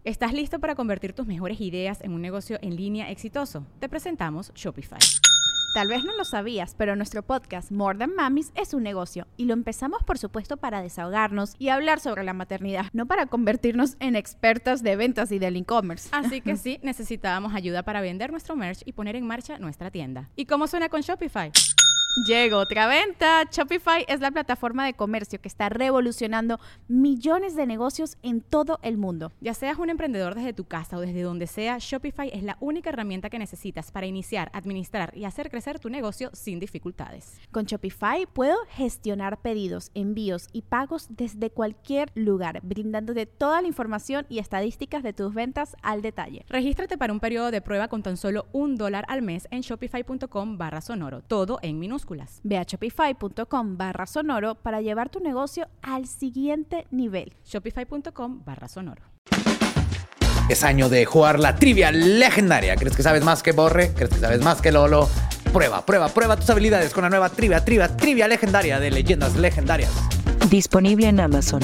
¿Estás listo para convertir tus mejores ideas en un negocio en línea exitoso? Te presentamos Shopify. Tal vez no lo sabías, pero nuestro podcast More Than Mamis es un negocio y lo empezamos por supuesto para desahogarnos y hablar sobre la maternidad, no para convertirnos en expertas de ventas y del e-commerce. Así que sí, necesitábamos ayuda para vender nuestro merch y poner en marcha nuestra tienda. ¿Y cómo suena con Shopify? Llegó otra venta. Shopify es la plataforma de comercio que está revolucionando millones de negocios en todo el mundo. Ya seas un emprendedor desde tu casa o desde donde sea, Shopify es la única herramienta que necesitas para iniciar, administrar y hacer crecer tu negocio sin dificultades. Con Shopify puedo gestionar pedidos, envíos y pagos desde cualquier lugar, brindándote toda la información y estadísticas de tus ventas al detalle. Regístrate para un periodo de prueba con tan solo $1 al mes en shopify.com/sonoro, todo en minúsculas. Ve a shopify.com/sonoro para llevar tu negocio al siguiente nivel. Shopify.com/sonoro. Es año de jugar la trivia legendaria. ¿Crees que sabes más que Borre? ¿Crees que sabes más que Lolo? Prueba tus habilidades con la nueva trivia legendaria de Leyendas Legendarias. Disponible en Amazon.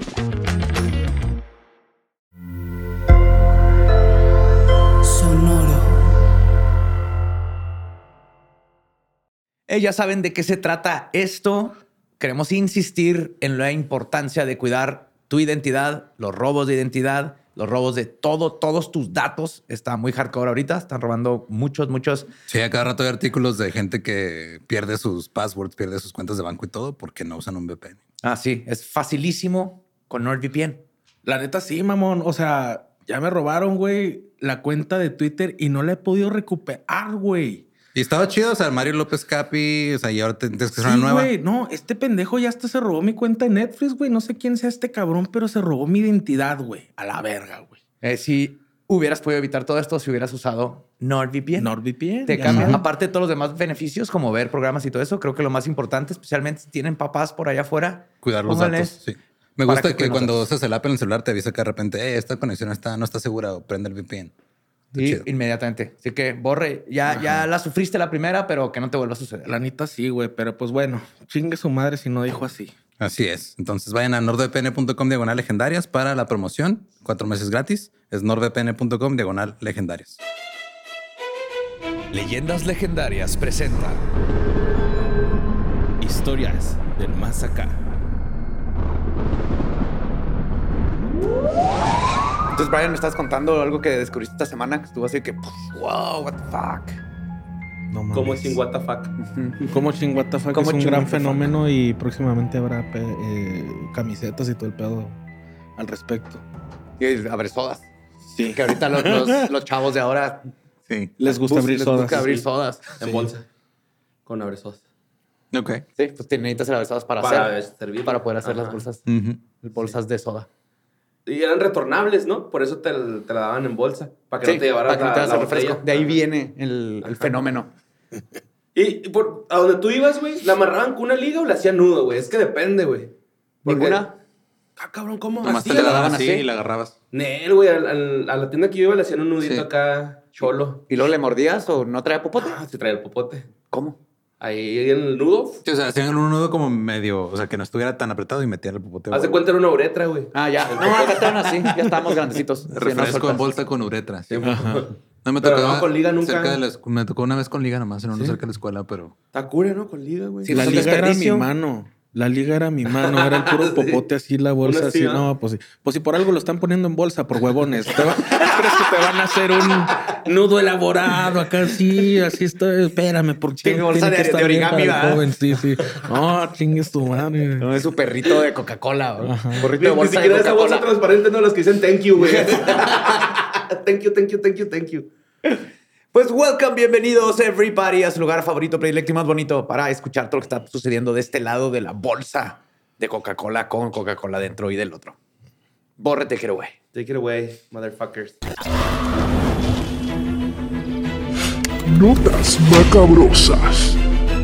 Ya saben de qué se trata esto. Queremos insistir en la importancia de cuidar tu identidad, los robos de identidad, los robos de todos tus datos. Está muy hardcore ahorita. Están robando muchos. Sí, a cada rato hay artículos de gente que pierde sus passwords, pierde sus cuentas de banco y todo porque no usan un VPN. Ah, sí. Es facilísimo con NordVPN. La neta sí, mamón. O sea, ya me robaron, güey, la cuenta de Twitter y no la he podido recuperar, güey. Y estaba chido, o sea, Mario López Capi, o sea, y ahora tienes que hacer una nueva. Güey, no, este pendejo ya hasta se robó mi cuenta de Netflix, güey. No sé quién sea este cabrón, pero se robó mi identidad, güey. A la verga, güey. Si hubieras podido evitar todo esto si hubieras usado NordVPN. NordVPN. Te cambian, aparte de todos los demás beneficios, como ver programas y todo eso, creo que lo más importante, especialmente si tienen papás por allá afuera, cuidar los datos, sí. Me gusta que cuando usas el app en el celular te avisa que de repente, esta conexión no está segura, prende el VPN. Y inmediatamente. Así que, Borre, ya la sufriste la primera, pero que no te vuelva a suceder. La neta sí, güey. Pero pues bueno, chingue su madre si no dijo así. Así es. Entonces vayan a nordvpn.com/legendarias para la promoción. 4 meses gratis. Es nordvpn.com/legendarias. Leyendas Legendarias presenta Historias del Más Acá. Entonces, Brian, me estás contando algo que descubriste esta semana que estuvo así que, wow, what the fuck. No mames. ¿Cómo sin what the fuck? Como ching what the fuck es un gran fenómeno y próximamente habrá camisetas y todo el pedo al respecto. Y abre sodas. Sí. Que ahorita los chavos de ahora les gusta abrir sodas. Les gusta abrir sodas. En bolsa. Con abresodas. Ok. Sí, pues necesitas el abresodas para poder hacer las bolsas. Bolsas de soda. Y eran retornables, ¿no? Por eso te la daban en bolsa. Para que no te llevaras la refresco. De ahí viene el fenómeno. Y a donde tú ibas, güey, ¿la amarraban con una liga o la hacían nudo, güey? Es que depende, güey. ¿Ninguna? Cabrón, ¿cómo? Nomás te la daban así y la agarrabas. Nel, güey, a la tienda que yo iba le hacían un nudito acá, cholo. ¿Y luego le mordías o no traía popote? Se traía el popote. ¿Cómo? Ahí en el nudo. Sí, o sea, hacían un nudo como medio, o sea, que no estuviera tan apretado y metían el popote. Haz de cuenta era una uretra, güey. Ah, ya. No, acá estaban así. Ya estábamos grandecitos. Refresco en bolsa con uretra. Sí. No me Pero tocó no con liga nunca. Me tocó una vez con liga nomás, en uno cerca de la escuela, pero... Está cura, ¿no? Con liga, güey. Sí, la liga era mi mano. La liga era mi mano, era el puro popote así, la bolsa así. No, pues sí. Pues si por algo lo están poniendo en bolsa, por huevones. ¿Crees que te van a hacer un nudo elaborado acá? Sí, así estoy. Espérame, porque tiene bolsa de origami, ¿verdad? Joven. Sí. No, chingues tu madre. No, es su perrito de Coca-Cola. Burrito de bolsa ni siquiera de esa bolsa transparente, no, las que dicen thank you, güey. Thank you. Pues welcome, bienvenidos everybody a su lugar favorito, predilecto y más bonito para escuchar todo lo que está sucediendo de este lado de la bolsa de Coca-Cola con Coca-Cola dentro y del otro. Borre, take it away. Take it away, motherfuckers. Notas macabrosas.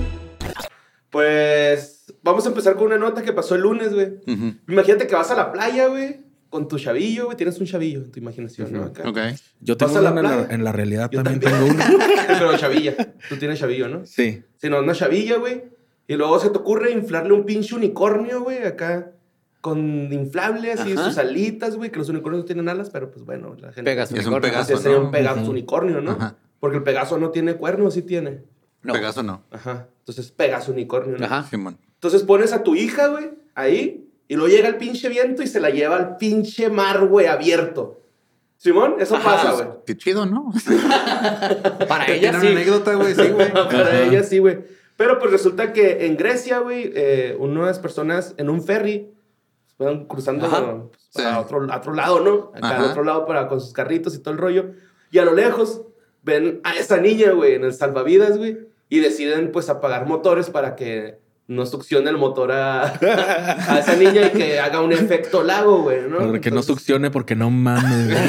Pues vamos a empezar con una nota que pasó el lunes, güey. Imagínate que vas a la playa, güey. Con tu chavillo, güey. Tienes un chavillo en tu imaginación, ¿no? Acá. Ok. Yo tengo una en la realidad también tengo una. Pero chavilla. Tú tienes chavillo, ¿no? Sí. Sí, no, una chavilla, güey. Y luego se te ocurre inflarle un pinche unicornio, güey, acá. con inflables y sus alitas, güey, que los unicornios no tienen alas, pero pues bueno, la gente... Pegaso. Es un Pegaso, Ese sería ¿no? un Pegaso unicornio, ¿no? Ajá. Porque el Pegaso no tiene cuernos, sí tiene. No. Pegaso no. Ajá. Entonces, Pegaso unicornio, ¿no? Ajá. Simón. Entonces pones a tu hija, güey, ahí, y luego llega el pinche viento y se la lleva al pinche mar, güey, abierto. Simón, eso pasa, güey. Qué chido, ¿no? Para Tiene ella una sí. anécdota, güey. Sí, güey. Para ella sí, güey. Pero pues resulta que en Grecia, güey, unas personas en un ferry van cruzando pues, Sí. a otro lado, ¿no? Acá al Ajá. otro lado con sus carritos y todo el rollo. Y a lo lejos ven a esa niña, güey, en el salvavidas, güey. Y deciden, pues, apagar motores para que no succione el motor a esa niña y que haga un efecto lago, güey, ¿no? Para que no Entonces- succione porque no mames, güey.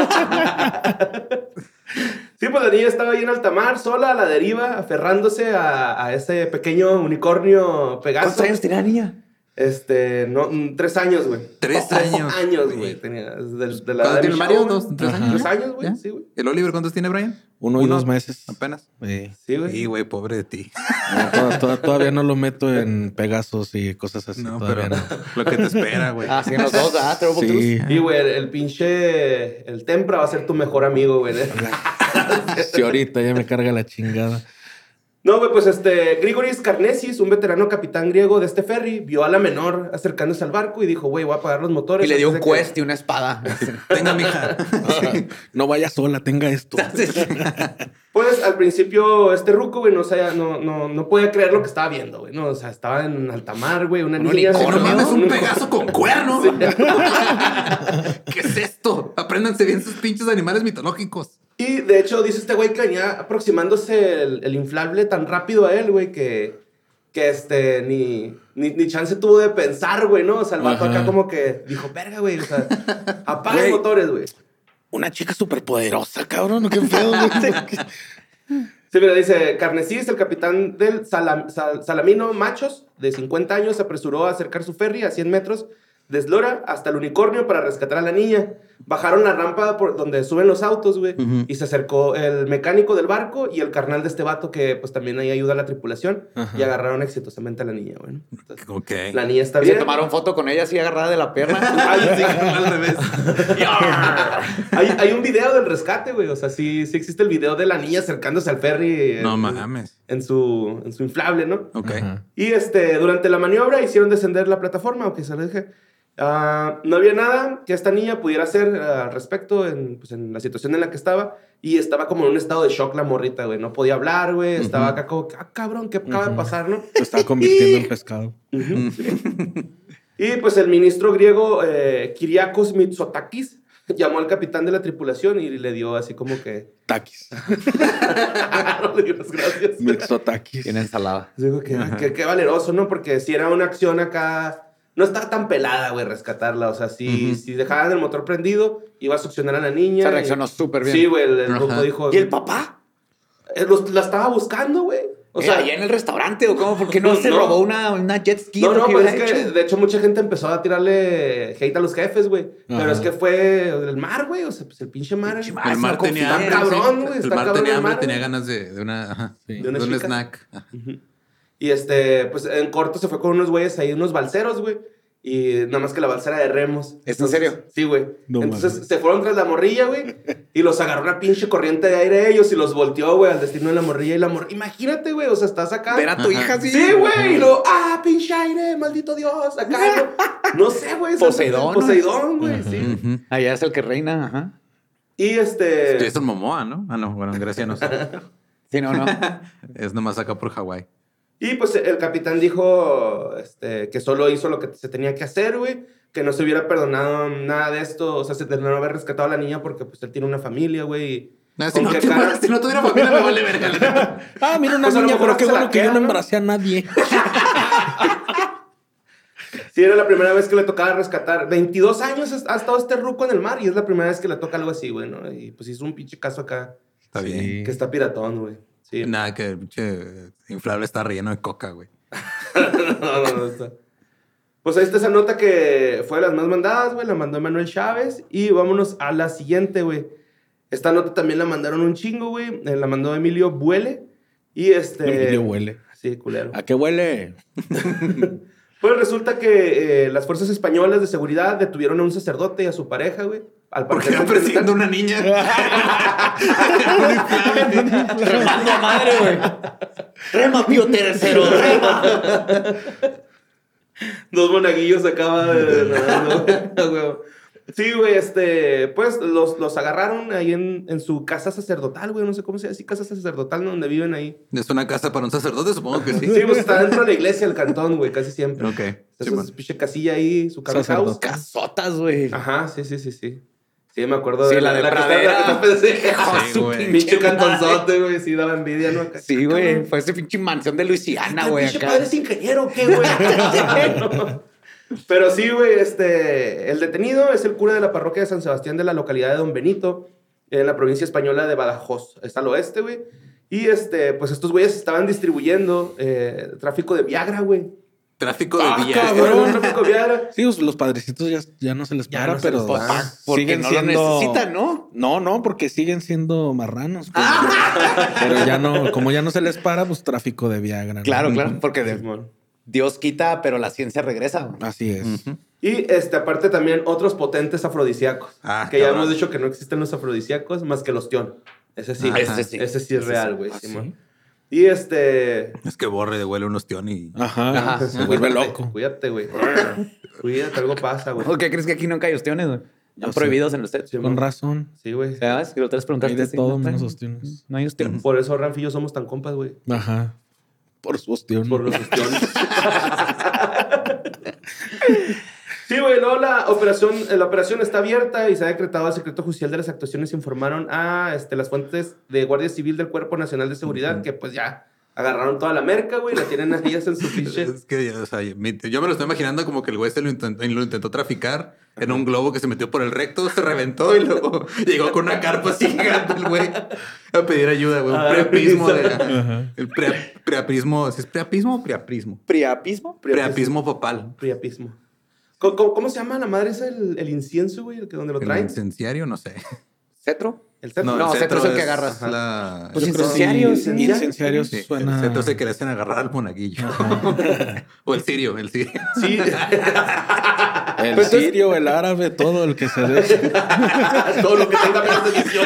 Sí, pues la niña estaba ahí en alta mar, sola, a la deriva, aferrándose a ese pequeño unicornio Pegaso. ¿Cuántos años tenía la niña? 3 años, güey. 3 años. años, güey. Tenía de la edad ¿Cuánto de tiene mi Mario? chavo, güey. 3 años. 3 años, güey. ¿Ya? Sí, güey. ¿El Oliver cuántos tiene, Brian? 1 y 2 meses. Apenas. Sí. Sí, güey. Sí, güey, pobre de ti. Todavía no lo meto en Pegasos y cosas así. No, todavía pero no. lo que te espera, güey. Ah, sí, en los dos, ¿ah? Trouble Sí. Y, güey, el pinche... El Tempra va a ser tu mejor amigo, güey. Sí, ahorita ya me carga la chingada. No, güey, pues Grigoris Karnesis, un veterano capitán griego de este ferry, vio a la menor acercándose al barco y dijo, güey, voy a apagar los motores. Y le dio un antes de que-". quest y una espada. Tenga, mija. No vaya sola, tenga esto. Pues al principio ruco, güey, no podía creer lo que estaba viendo, güey. No, o sea, estaba en alta mar, güey, una niña. No mames, un unicornio. Pegaso con cuerno. ¿Qué es esto? Apréndanse bien sus pinches animales mitológicos. Y de hecho dice este güey que venía aproximándose el inflable tan rápido a él, güey, que ni chance tuvo de pensar, güey, ¿no? O sea, el vato Ajá. acá como que dijo, verga, güey, o sea, apaga Güey. los motores, güey. Una chica súper poderosa, cabrón. Qué feo, güey. Sí, mira, dice, Carnesis, el capitán del Salamino Machos, de 50 años, se apresuró a acercar su ferry a 100 metros de Eslora hasta el unicornio para rescatar a la niña. Bajaron la rampa por donde suben los autos, güey, y se acercó el mecánico del barco y el carnal de este vato que, pues, también ahí ayuda a la tripulación y agarraron exitosamente a la niña, güey. ¿no? Entonces, Ok. la niña está Y bien. se tomaron foto con ella así agarrada de la pierna. Ay, sí. Al revés. Hay un video del rescate, güey. O sea, sí existe el video de la niña acercándose al ferry. No mames. En su inflable, ¿no? Ok. Ajá. Y durante la maniobra hicieron descender la plataforma, aunque se lo dije. No había nada que esta niña pudiera hacer al respecto en la situación en la que estaba. Y estaba como en un estado de shock la morrita, güey. No podía hablar, güey. Estaba acá como, cabrón, ¿qué acaba de pasar, no? Se estaba convirtiendo en pescado. Y pues el ministro griego Kyriakos Mitsotakis llamó al capitán de la tripulación y le dio así como que... Takis. le dio las gracias. Mitsotakis. Tiene ensalada. Digo que qué valeroso, ¿no? Porque si era una acción acá... No estaba tan pelada, güey, rescatarla. O sea, si dejaban el motor prendido, iba a succionar a la niña. Se reaccionó súper bien. Sí, güey, el ruco dijo... ¿Y el papá? La estaba buscando, güey. O sea, ¿allá en el restaurante o cómo? ¿Por qué no, No, se no. robó una jet ski? No, ¿Lo que pues hubiera es que hecho? de hecho mucha gente empezó a tirarle hate a los jefes, güey. Pero Ajá. es que fue el mar, güey. O sea, pues el pinche mar. Pinche mar. El mar está tenía confiado, hambre. cabrón, sí. güey, El está mar cabrón tenía el hambre, mar, tenía güey. ganas de una... Ajá. Sí. De una un chica. snack. Ajá. Y pues en corto se fue con unos güeyes ahí, unos balseros, güey. Y nada más que la balsera de remos. ¿Es en serio? Sí, güey. No Entonces mames. se fueron tras la morrilla, güey. Y los agarró una pinche corriente de aire a ellos y los volteó, güey, al destino de la morrilla. Y la morrilla, imagínate, güey, o sea, estás acá. Ver a tu hija así. Sí, güey. Y luego, pinche aire, maldito Dios. Acá, no sé, güey. Poseidón, ¿no? Poseidón, güey, sí. Ujú. Allá es el que reina, ajá. Y Jason Momoa, ¿no? Ah, no, bueno, en Grecia no sé. Sí, no. Es nomás acá por Hawái. Y pues el capitán dijo que solo hizo lo que se tenía que hacer, güey. Que no se hubiera perdonado nada de esto. O sea, se tendría que haber rescatado a la niña porque pues él tiene una familia, güey. No, si, ¿Con no, qué cara? si no tuviera familia, me vale verga. Mira una Pues a lo niña, mejor pero qué se la bueno que yo queda, no ¿no? embaracé a nadie. Sí, era la primera vez que le tocaba rescatar. 22 años ha estado este ruco en el mar y es la primera vez que le toca algo así, güey, ¿no? Y pues hizo un pinche caso acá Está bien. que está piratón, güey. Sí. Nada, que el pinche inflable está relleno de coca, güey. No está. Pues ahí está esa nota que fue de las más mandadas, güey. La mandó Emanuel Chávez. Y vámonos a la siguiente, güey. Esta nota también la mandaron un chingo, güey. La mandó Emilio Buele. Y Emilio huele. Sí, culero. ¿A qué huele? Pues resulta que las fuerzas españolas de seguridad detuvieron a un sacerdote y a su pareja, güey. Al Porque parecer iba persiguiendo a una niña. Remando a madre, güey. Rema, Pío tercero, rema. Dos monaguillos acaba de... Sí, güey, pues los agarraron ahí en su casa sacerdotal, güey. No sé cómo se llama, casa sacerdotal, ¿no? Donde viven ahí. ¿Es una casa para un sacerdote? Supongo que sí. Sí, pues está dentro de la iglesia del cantón, güey, casi siempre. Ok. Esa es pinche casilla ahí, su house. Casotas, güey. Ajá, sí. Sí, me acuerdo Sí, de la de que pradera. Sí, güey. pinche cantonzote, güey. Sí, daba envidia, ¿no? Acá, Sí, güey. Fue ese pinche mansión de Luisiana, güey. Pinche Acá. padre es ingeniero, ¿qué, güey? Pero sí, güey, el detenido es el cura de la parroquia de San Sebastián de la localidad de Don Benito, en la provincia española de Badajoz. Está al oeste, güey. Y pues estos güeyes estaban distribuyendo tráfico de Viagra, güey. Tráfico de Viagra. Cabrón, tráfico de Viagra. Sí, los padrecitos ya no se les para, no se pero les para. Porque siguen no lo siendo... necesitan, ¿no? No, porque siguen siendo marranos. Pero ya no, como ya no se les para, pues tráfico de Viagra, ¿no? Claro, porque Simón. Dios quita, pero la ciencia regresa, güey. Así es. Y aparte también otros potentes afrodisíacos. Que ya cabrón. hemos dicho que no existen los afrodisíacos más que el ostión. Ese sí. Ajá. Ese sí es real, güey. ¿sí? Simón. Y Es que borre de huele un ostión y... Ajá. Se vuelve loco. Cuídate, güey. Cuídate, algo pasa, güey. ¿Por qué crees que aquí nunca hay ostiones, güey? Están prohibidos en los sets. Simón. Con razón. Sí, güey. ¿Sabes? Que otras preguntas Hay de todo menos ostiones. No hay ostiones. Por eso Ranfi y yo somos tan compas, güey. Ajá. Por su ostión. Por los ostiones. Sí, güey, no, la operación está abierta y se ha decretado el secreto judicial de las actuaciones. Informaron a las fuentes de Guardia Civil del Cuerpo Nacional de Seguridad que pues ya agarraron toda la merca, güey, la tienen a ellas en su pinche. Es que, o sea, yo me lo estoy imaginando como que el güey lo intentó traficar en un globo que se metió por el recto, se reventó y luego llegó con una carpa así gigante el güey a pedir ayuda, güey. Un priapismo el priapismo. ¿Sí es priapismo o priapismo? ¿Priapismo? Priapismo papal. Priapismo. ¿Cómo se llama la madre esa? El incienso, güey, donde lo ¿El traen. incenciario? No sé. ¿Cetro? El cetro. No, cetro es el que agarras. Pues incenciarios. Incenciarios sí, suena... el cetro se que le hacen agarrar al monaguillo. O el sirio. Sí. El sirio, el árabe, todo el que se deje. Todo lo que tenga menos de 18.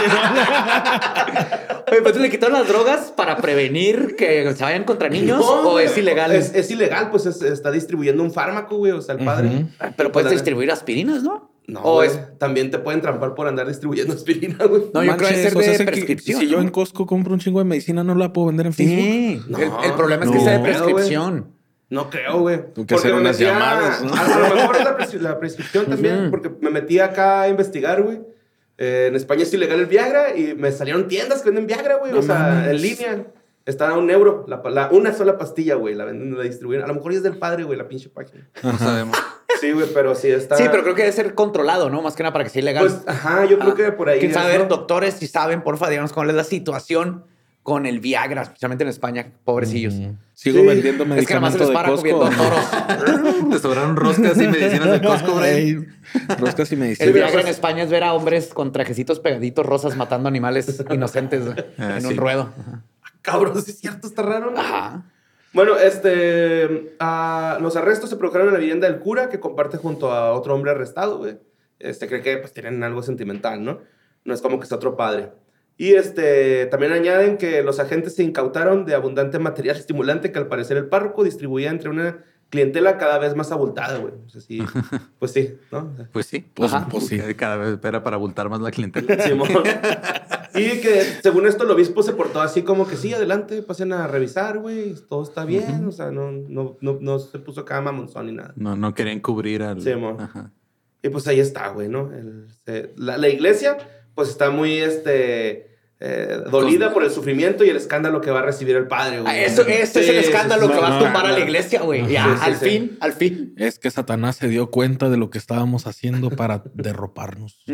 Oye, ¿pero le quitaron las drogas para prevenir que se vayan contra niños? No, ¿O es ilegal? Es ilegal, pues está distribuyendo un fármaco, güey. O sea, el padre. Pero puedes distribuir aspirinas, ¿no? No, ¿O güey, es...? también te pueden trampar por andar distribuyendo aspirina, güey. No, yo creo que es o sea, de es que prescripción. si yo ¿no? en Costco compro un chingo de medicina, ¿no la puedo vender en Facebook? Sí. No, el problema es que no. sea de No, prescripción. No creo, güey. Tengo que hacer me unas metí llamadas, ¿no? A lo mejor es la prescripción también, porque me metí acá a investigar, güey. En España es ilegal el Viagra y me salieron tiendas que venden Viagra, güey. No o sea, mames. en línea. Está a €1 una sola pastilla, güey. La venden, la distribuyen. A lo mejor ya es del padre, güey, la pinche página. No sabemos. Sí, güey, pero sí está... Sí, pero creo que debe ser controlado, ¿no? Más que nada para que sea ilegal. Pues, ajá, yo creo que por ahí... ¿Quién es, sabe? ¿no? Doctores, si saben, porfa, díganos cuál es la situación con el Viagra, especialmente en España. Pobrecillos. Sigo Sí. vendiendo Es que nada más se medicamento les de para Costco. Te comiendo toros. sobraron roscas y medicinas de Costco, Brian. Ey, roscas y El medicinas. Viagra en España es ver a hombres con trajecitos pegaditos rosas matando animales inocentes güey, en sí. un ruedo. Cabrón, sí es cierto, está raro, ¿no? Ajá. Bueno, los arrestos se produjeron en la vivienda del cura, que comparte junto a otro hombre arrestado, güey. Cree que pues tienen algo sentimental, ¿no? No es como que sea otro padre. Y también añaden que los agentes se incautaron de abundante material estimulante que al parecer el párroco distribuía entre una clientela cada vez más abultada, güey. O sea, sí, pues sí, ¿no? O sea, Pues sí. Pues, Ajá. pues sí. Cada vez espera para abultar más la clientela. Simón. Y que según esto el obispo se portó así como que sí, adelante, pasen a revisar, güey, todo está bien, o sea, no se puso acá mamonzón ni nada. No querían cubrir al... Simón. Ajá. Y pues ahí está, güey, ¿no? La iglesia, pues está muy, dolida por el sufrimiento y el escándalo que va a recibir el padre, güey. Eso es el escándalo que va a no, tumbar a la no. iglesia, güey. Ya, Sí, sí, al fin. Es que Satanás se dio cuenta de lo que estábamos haciendo para derroparnos.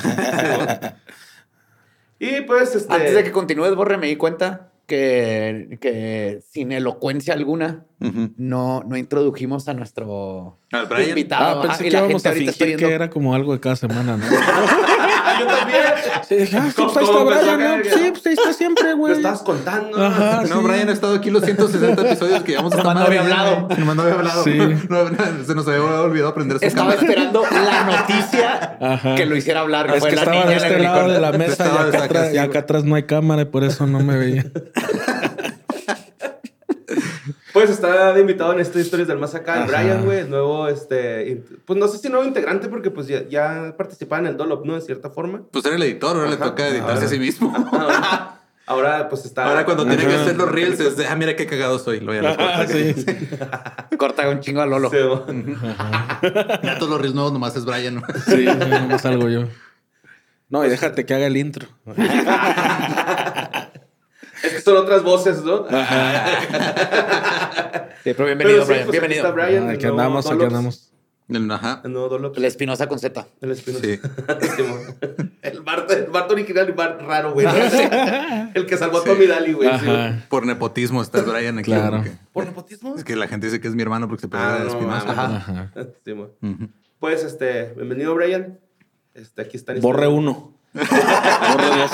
Y pues, Antes de que continúes, Borre, me di cuenta que sin elocuencia alguna no introdujimos a nuestro ¿Al Brian? invitado. Pensé Ajá, que y la íbamos gente a ahorita está fingir que viendo... era como algo de cada semana, ¿no? yo también. Sí, dije, pues ahí está ¿Cómo Brian, pensó ¿no? que- Sí, pues ahí está siempre, Me güey. estabas contando. Ajá, No, sí. Brian ha estado aquí los 160 episodios que llevamos. Nomás no había hablado. Nomás no había hablado. Sí. Se nos había olvidado aprender su Estaba cámara. esperando la noticia Ajá. que lo hiciera hablar. Es Fue que la estaba niña de en el este lado unicornio. de la mesa Estaba de acá, y acá atrás no hay cámara y por eso no me veía. Pues está de invitado en estas historias del más acá, el Ajá. Brian, güey, el nuevo, pues no sé si nuevo integrante, porque pues ya participaba en el Dolop, ¿no? De cierta forma. Pues era el editor, ahora le Ajá. toca editarse a sí mismo. Ahora pues está... Ahora cuando tiene que Ajá. hacer los reels es de, mira qué cagado soy. Lo voy a Ah, sí. Corta un chingo a Lolo. Sí, Ya todos los reels nuevos nomás es Brian. Sí, no salgo yo. No, y déjate que haga el intro. es que son otras voces, ¿no? Sí, pero bienvenido, Pero sí, Brian. pues, Bienvenido. aquí está Brian, Aquí el nuevo andamos, aquí Dolops. andamos. Ajá. El nuevo Dolop. La Espinosa con Z. El Espinosa. Sí. el Bart original y Bart raro, güey. El que salvó a Tommy Daly, güey. Sí, güey. Ajá. Por nepotismo está Brian aquí. Claro. porque- ¿Por nepotismo? Es que la gente dice que es mi hermano porque se pegó de no, Espinosa. mames. Ajá. Sí, güey. Ujú. Pues, bienvenido, Brian. Aquí están. Borre 1. Borre 2.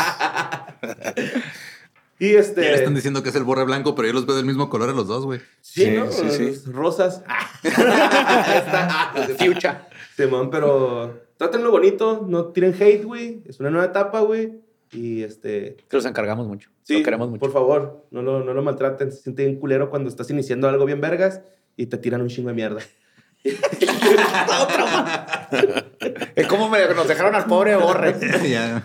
Y Ya le están diciendo que es el borre blanco, pero yo los veo del mismo color a los dos, güey. Sí, Sí, ¿no? sí. Rosas. Future. Simón, pero trátenlo bonito, no tiren hate, güey. Es una nueva etapa, güey. Y Que los encargamos mucho. sí, Lo queremos mucho. por favor, no lo maltraten. Se siente bien culero cuando estás iniciando algo bien vergas y te tiran un chingo de mierda. Es como nos dejaron al pobre Borre. Ya.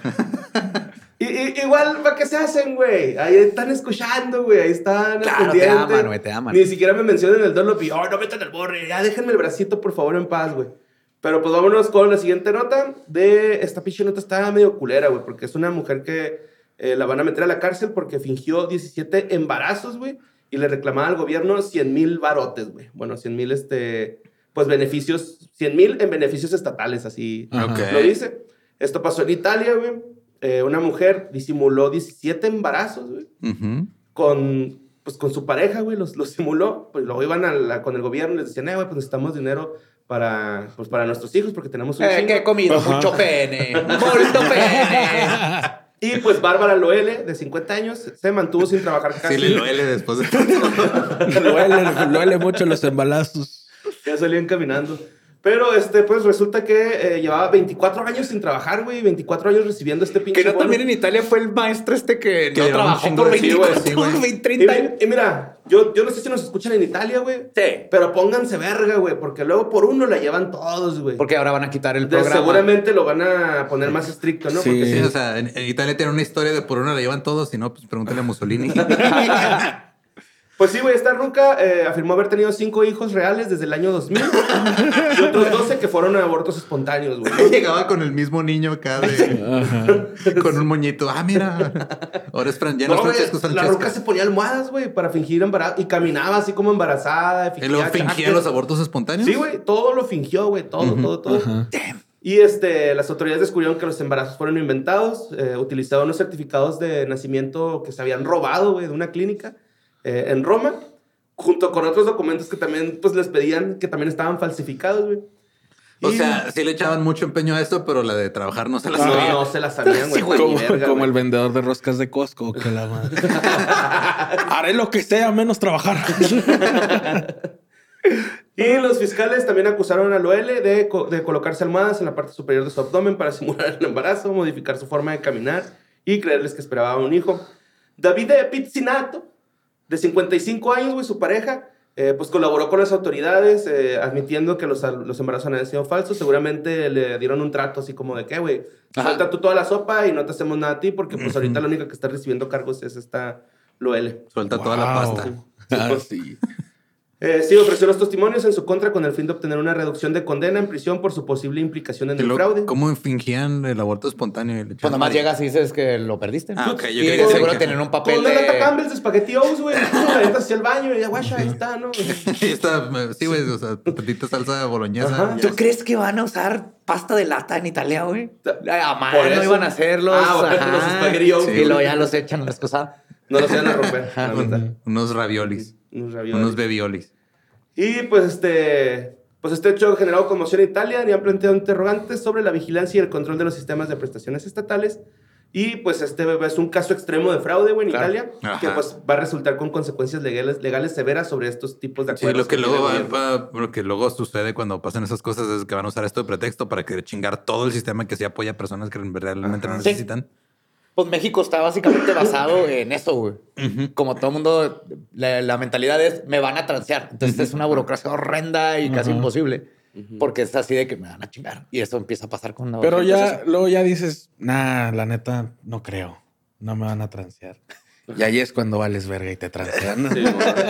Igual, ¿para qué se hacen, güey? Ahí están escuchando, güey. Ahí están Claro, al te pendiente. aman, güey, te aman. Ni siquiera me mencionan el Dolop y, no metan el Borre. Ya déjenme el bracito, por favor, en paz, güey. Pero pues vámonos con la siguiente nota. Esta pinche nota está medio culera, güey. Porque es una mujer que la van a meter a la cárcel porque fingió 17 embarazos, güey. Y le reclamaba al gobierno 100,000 barotes, güey. Bueno, 100,000, pues beneficios, 100,000 en beneficios estatales, así Ok. lo dice. Esto pasó en Italia, güey. Una mujer disimuló 17 embarazos, güey, Ujú. con su pareja, güey, los simuló. Pues luego iban con el gobierno y les decían, güey, pues necesitamos dinero para nuestros hijos porque tenemos un chingo. ¿Qué he comido? Ajá. Mucho pene. Mucho pene. Y pues Bárbara Loele, de 50 años, se mantuvo sin trabajar casi. Sí, le duele después de... Duele mucho los embalazos. Ya salían caminando. Pero, pues resulta que llevaba 24 años sin trabajar, güey. 24 años recibiendo este pinche Que no bono. también en Italia fue el maestro que no llevaba un trabajó chingo por de- sí, güey, 24, sí, güey. 20, 30 años. Y mira, yo no sé si nos escuchan en Italia, güey. Sí. Pero pónganse verga, güey. Porque luego por uno la llevan todos, güey. Porque ahora van a quitar el De- programa. seguramente lo van a poner más estricto, ¿no? Sí. Porque Sí, o sea, en Italia tiene una historia de por una la llevan todos, si no, pues pregúntale a Mussolini. Pues sí, güey, esta ruca afirmó haber tenido 5 hijos reales desde el año 2000 y otros 12 que fueron abortos espontáneos, güey. Llegaba con el mismo niño acá con un moñito. Ah, mira. Ahora es ya no es No, güey, Francesco la Sánchez. ruca se ponía almohadas, güey, para fingir embarazo y caminaba así como embarazada. Y luego fingía chakras. los abortos espontáneos. Sí, güey, todo lo fingió, güey, todo. Ajá. Y las autoridades descubrieron que los embarazos fueron inventados, utilizaban unos certificados de nacimiento que se habían robado, güey, de una clínica en Roma, junto con otros documentos que también, pues, les pedían que también estaban falsificados, güey. O Y- sea, sí le echaban mucho empeño a esto, pero la de trabajar no se la no, sabía. no se la sabían, güey. ni Como, verga, como güey. el vendedor de roscas de Costco, que la madre. Haré lo que sea menos trabajar. Y los fiscales también acusaron a Loele de colocarse almohadas en la parte superior de su abdomen para simular el embarazo, modificar su forma de caminar y creerles que esperaba un hijo. Davide Pizzinato, de 55 años, güey, su pareja, pues colaboró con las autoridades admitiendo que los embarazos habían sido falsos. Seguramente le dieron un trato así como de que, güey, suelta tú toda la sopa y no te hacemos nada a ti porque pues ahorita la única que está recibiendo cargos es esta Loele. Suelta toda la Wow. pasta. Ah, sí. Sí, ofreció los testimonios en su contra con el fin de obtener una reducción de condena en prisión por su posible implicación en Y el luego, fraude. ¿cómo fingían el aborto espontáneo? Le Pues echaban nomás ahí. llegas y dices que lo perdiste. Ah, ok, yo Y creí de que seguro sí. tener un Con papel una lata de... Campbell's de Spaghetti O's, güey. La neta hacia el baño y ya, guacha, ahí está, ¿no? Y esta, sí, güey, o sea, tantita salsa boloñesa. Ajá. ya. ¿Tú crees que van a usar pasta de lata en Italia, güey? A Por mano eso. iban a hacerlos. bueno, los Spaghetti O's, Y luego ya los echan en la excusada. No los iban a romper, la neta. Unos raviolis. Unos raviolis. Unos bebiolis. Y pues este hecho ha generado conmoción en Italia y han planteado interrogantes sobre la vigilancia y el control de los sistemas de prestaciones estatales Y pues es un caso extremo de fraude, güey, en Italia, Ajá. que pues va a resultar con consecuencias legales severas sobre estos tipos de Sí, acuerdos. lo que luego sucede cuando pasan esas cosas es que van a usar esto de pretexto para que chingar todo el sistema que sí apoya a personas que realmente no Sí. necesitan. Pues México está básicamente basado en eso, güey. Como todo mundo, la mentalidad es, me van a transear. Entonces es una burocracia horrenda y casi imposible. Porque es así de que me van a chingar. Y eso empieza a pasar con la Pero gente. ya, luego ya dices, nah, la neta, no creo. No me van a transear. Y ahí es cuando vales verga y te transean. Sí,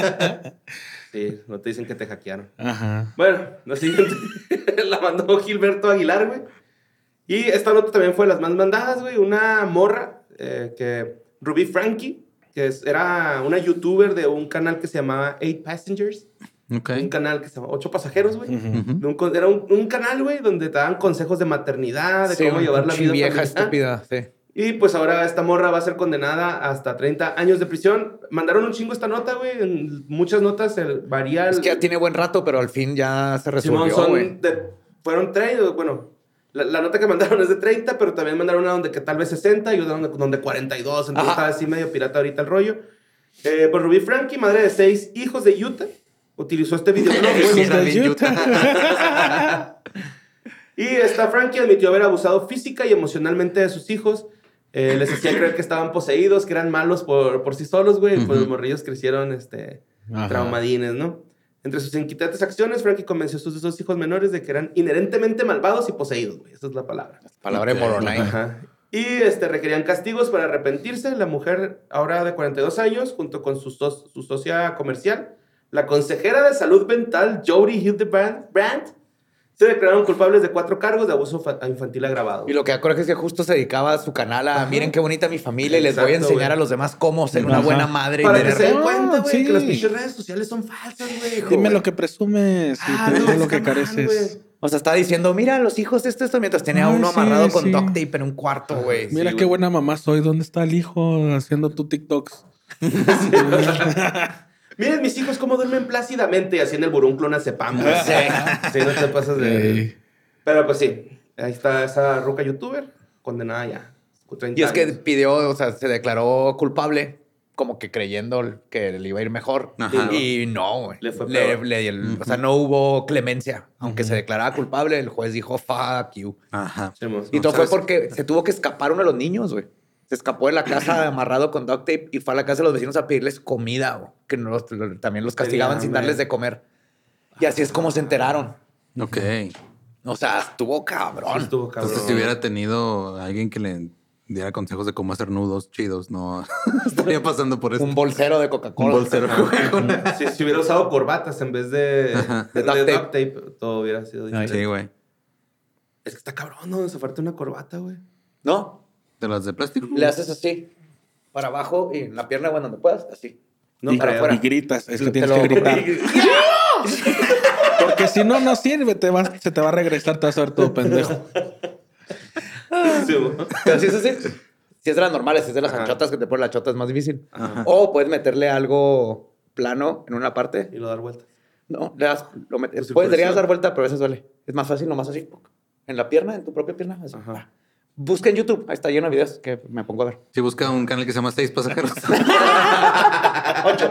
sí, no te dicen que te hackearon. Ajá. Bueno, la siguiente la mandó Gilberto Aguilar, güey. Y esta nota también fue de las más mandadas, güey. Una morra, Ruby Frankie, que era una youtuber de un canal que se llamaba 8 Passengers. Okay. Un canal que se llama 8 Pasajeros, güey. Era un canal, güey, donde te daban consejos de maternidad, de cómo llevar la vida vieja familiar. estúpida, sí. Y pues ahora esta morra va a ser condenada hasta 30 años de prisión. Mandaron un chingo esta nota, güey. En muchas notas varía... Es que ya tiene buen rato, pero al fin ya se resolvió, Simón, güey. fueron 30, bueno... La nota que mandaron es de 30, pero también mandaron una donde que tal vez 60 y una donde 42. Entonces está así medio pirata ahorita el rollo. Pues Ruby Frankie, madre de 6 hijos de Utah, utilizó este videoblog. Sí, güey. era bien Utah. Y esta Frankie admitió haber abusado física y emocionalmente de sus hijos. Les hacía creer que estaban poseídos, que eran malos por sí solos, güey. Pues los morrillos crecieron traumadines, ¿no? Entre sus inquietantes acciones, Frankie convenció a sus 2 hijos menores de que eran inherentemente malvados y poseídos, güey. Esa es la palabra. Palabra de Moronay. Ajá. Y requerían castigos para arrepentirse. La mujer, ahora de 42 años, junto con su socia comercial, la consejera de salud mental, Jody Hildebrand, se declararon culpables de 4 cargos de abuso infantil agravado. Y lo que acuerdo es que justo se dedicaba a su canal a miren qué bonita mi familia y les voy a Exacto, enseñar güey. a los demás cómo ser una buena madre. Para y que tener- se den cuenta, güey, sí. que las pinches redes sociales son falsas, güey. Dime lo que presumes y te digo lo que careces. O sea, estaba diciendo, mira, los hijos esto, mientras tenía Ay, uno sí, amarrado con sí. duct tape en un cuarto, güey. Mira qué buena mamá soy. ¿Dónde está el hijo haciendo tu TikToks? Miren mis hijos cómo duermen plácidamente, así en el burúnculo Cepam, güey. Sí. Sí, no te pasas de... Ey. Pero pues sí, ahí está esa ruca youtuber condenada ya. 30 Y es que años. pidió, o sea, se declaró culpable, como que creyendo que le iba a ir mejor. Ajá. Y no, güey. Le fue peor. O sea, no hubo clemencia. Aunque se declaraba culpable, el juez dijo, fuck you. Ajá. Y todo fue ¿sabes? porque se tuvo que escapar uno de los niños, güey. Se escapó de la casa amarrado con duct tape y fue a la casa de los vecinos a pedirles comida, güey. Que no también los castigaban sin hambre. darles de comer. Y así es como se enteraron. Ok. O sea, estuvo cabrón. Estuvo cabrón. Entonces, si hubiera tenido alguien que le diera consejos de cómo hacer nudos chidos, no estaría pasando por esto. Un bolsero de Un Coca-Cola. bolsero. Si hubiera usado corbatas en vez de Duct duct tape, todo hubiera sido diferente. Sí, güey. Es que está cabrón, ¿no? Zafarte una corbata, güey. ¿No? ¿De las de plástico? Le haces así, para abajo y en la pierna, bueno, donde puedas, así. No y, para afuera. y gritas. Es que Te tienes lo- que gritar. Porque si no, no sirve. Se te va a regresar. Te vas a ver todo pendejo. Sí, güey. Pero si es así, si es de las normales, si es de las Ajá. anchotas que te ponen la chota es más difícil. O puedes meterle algo plano en una parte. Y lo dar vueltas. No, le das, lo metes. Pues Puedes, circulación. deberías dar vuelta, pero a veces duele. Es más fácil, nomás así. En la pierna, en tu propia pierna. Así. Ajá. Busca en YouTube. Ahí está lleno de videos que me pongo a ver. Si busca un canal que se llama 6 Pasajeros. 8.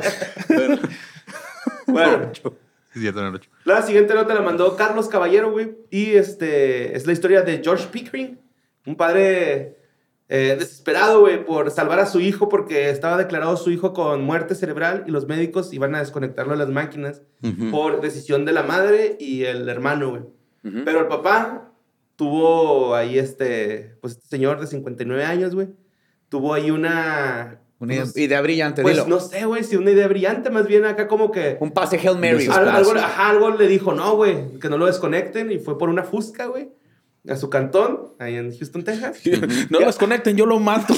Bueno, Sí, cierto, no, 8. la siguiente nota la mandó Carlos Caballero, güey. Y es la historia de George Pickering, un padre desesperado, güey, por salvar a su hijo porque estaba declarado su hijo con muerte cerebral y los médicos iban a desconectarlo de las máquinas por decisión de la madre y el hermano, güey. Pero el papá tuvo ahí pues este señor de 59 años, güey. Tuvo ahí una idea brillante, pues dilo. no sé, güey, si una idea brillante, más bien acá como que... Un pase Hail Mary. Algo le dijo, no, güey, que no lo desconecten y fue por una fusca, güey, a su cantón, ahí en Houston, Texas. No los conecten, yo lo mato.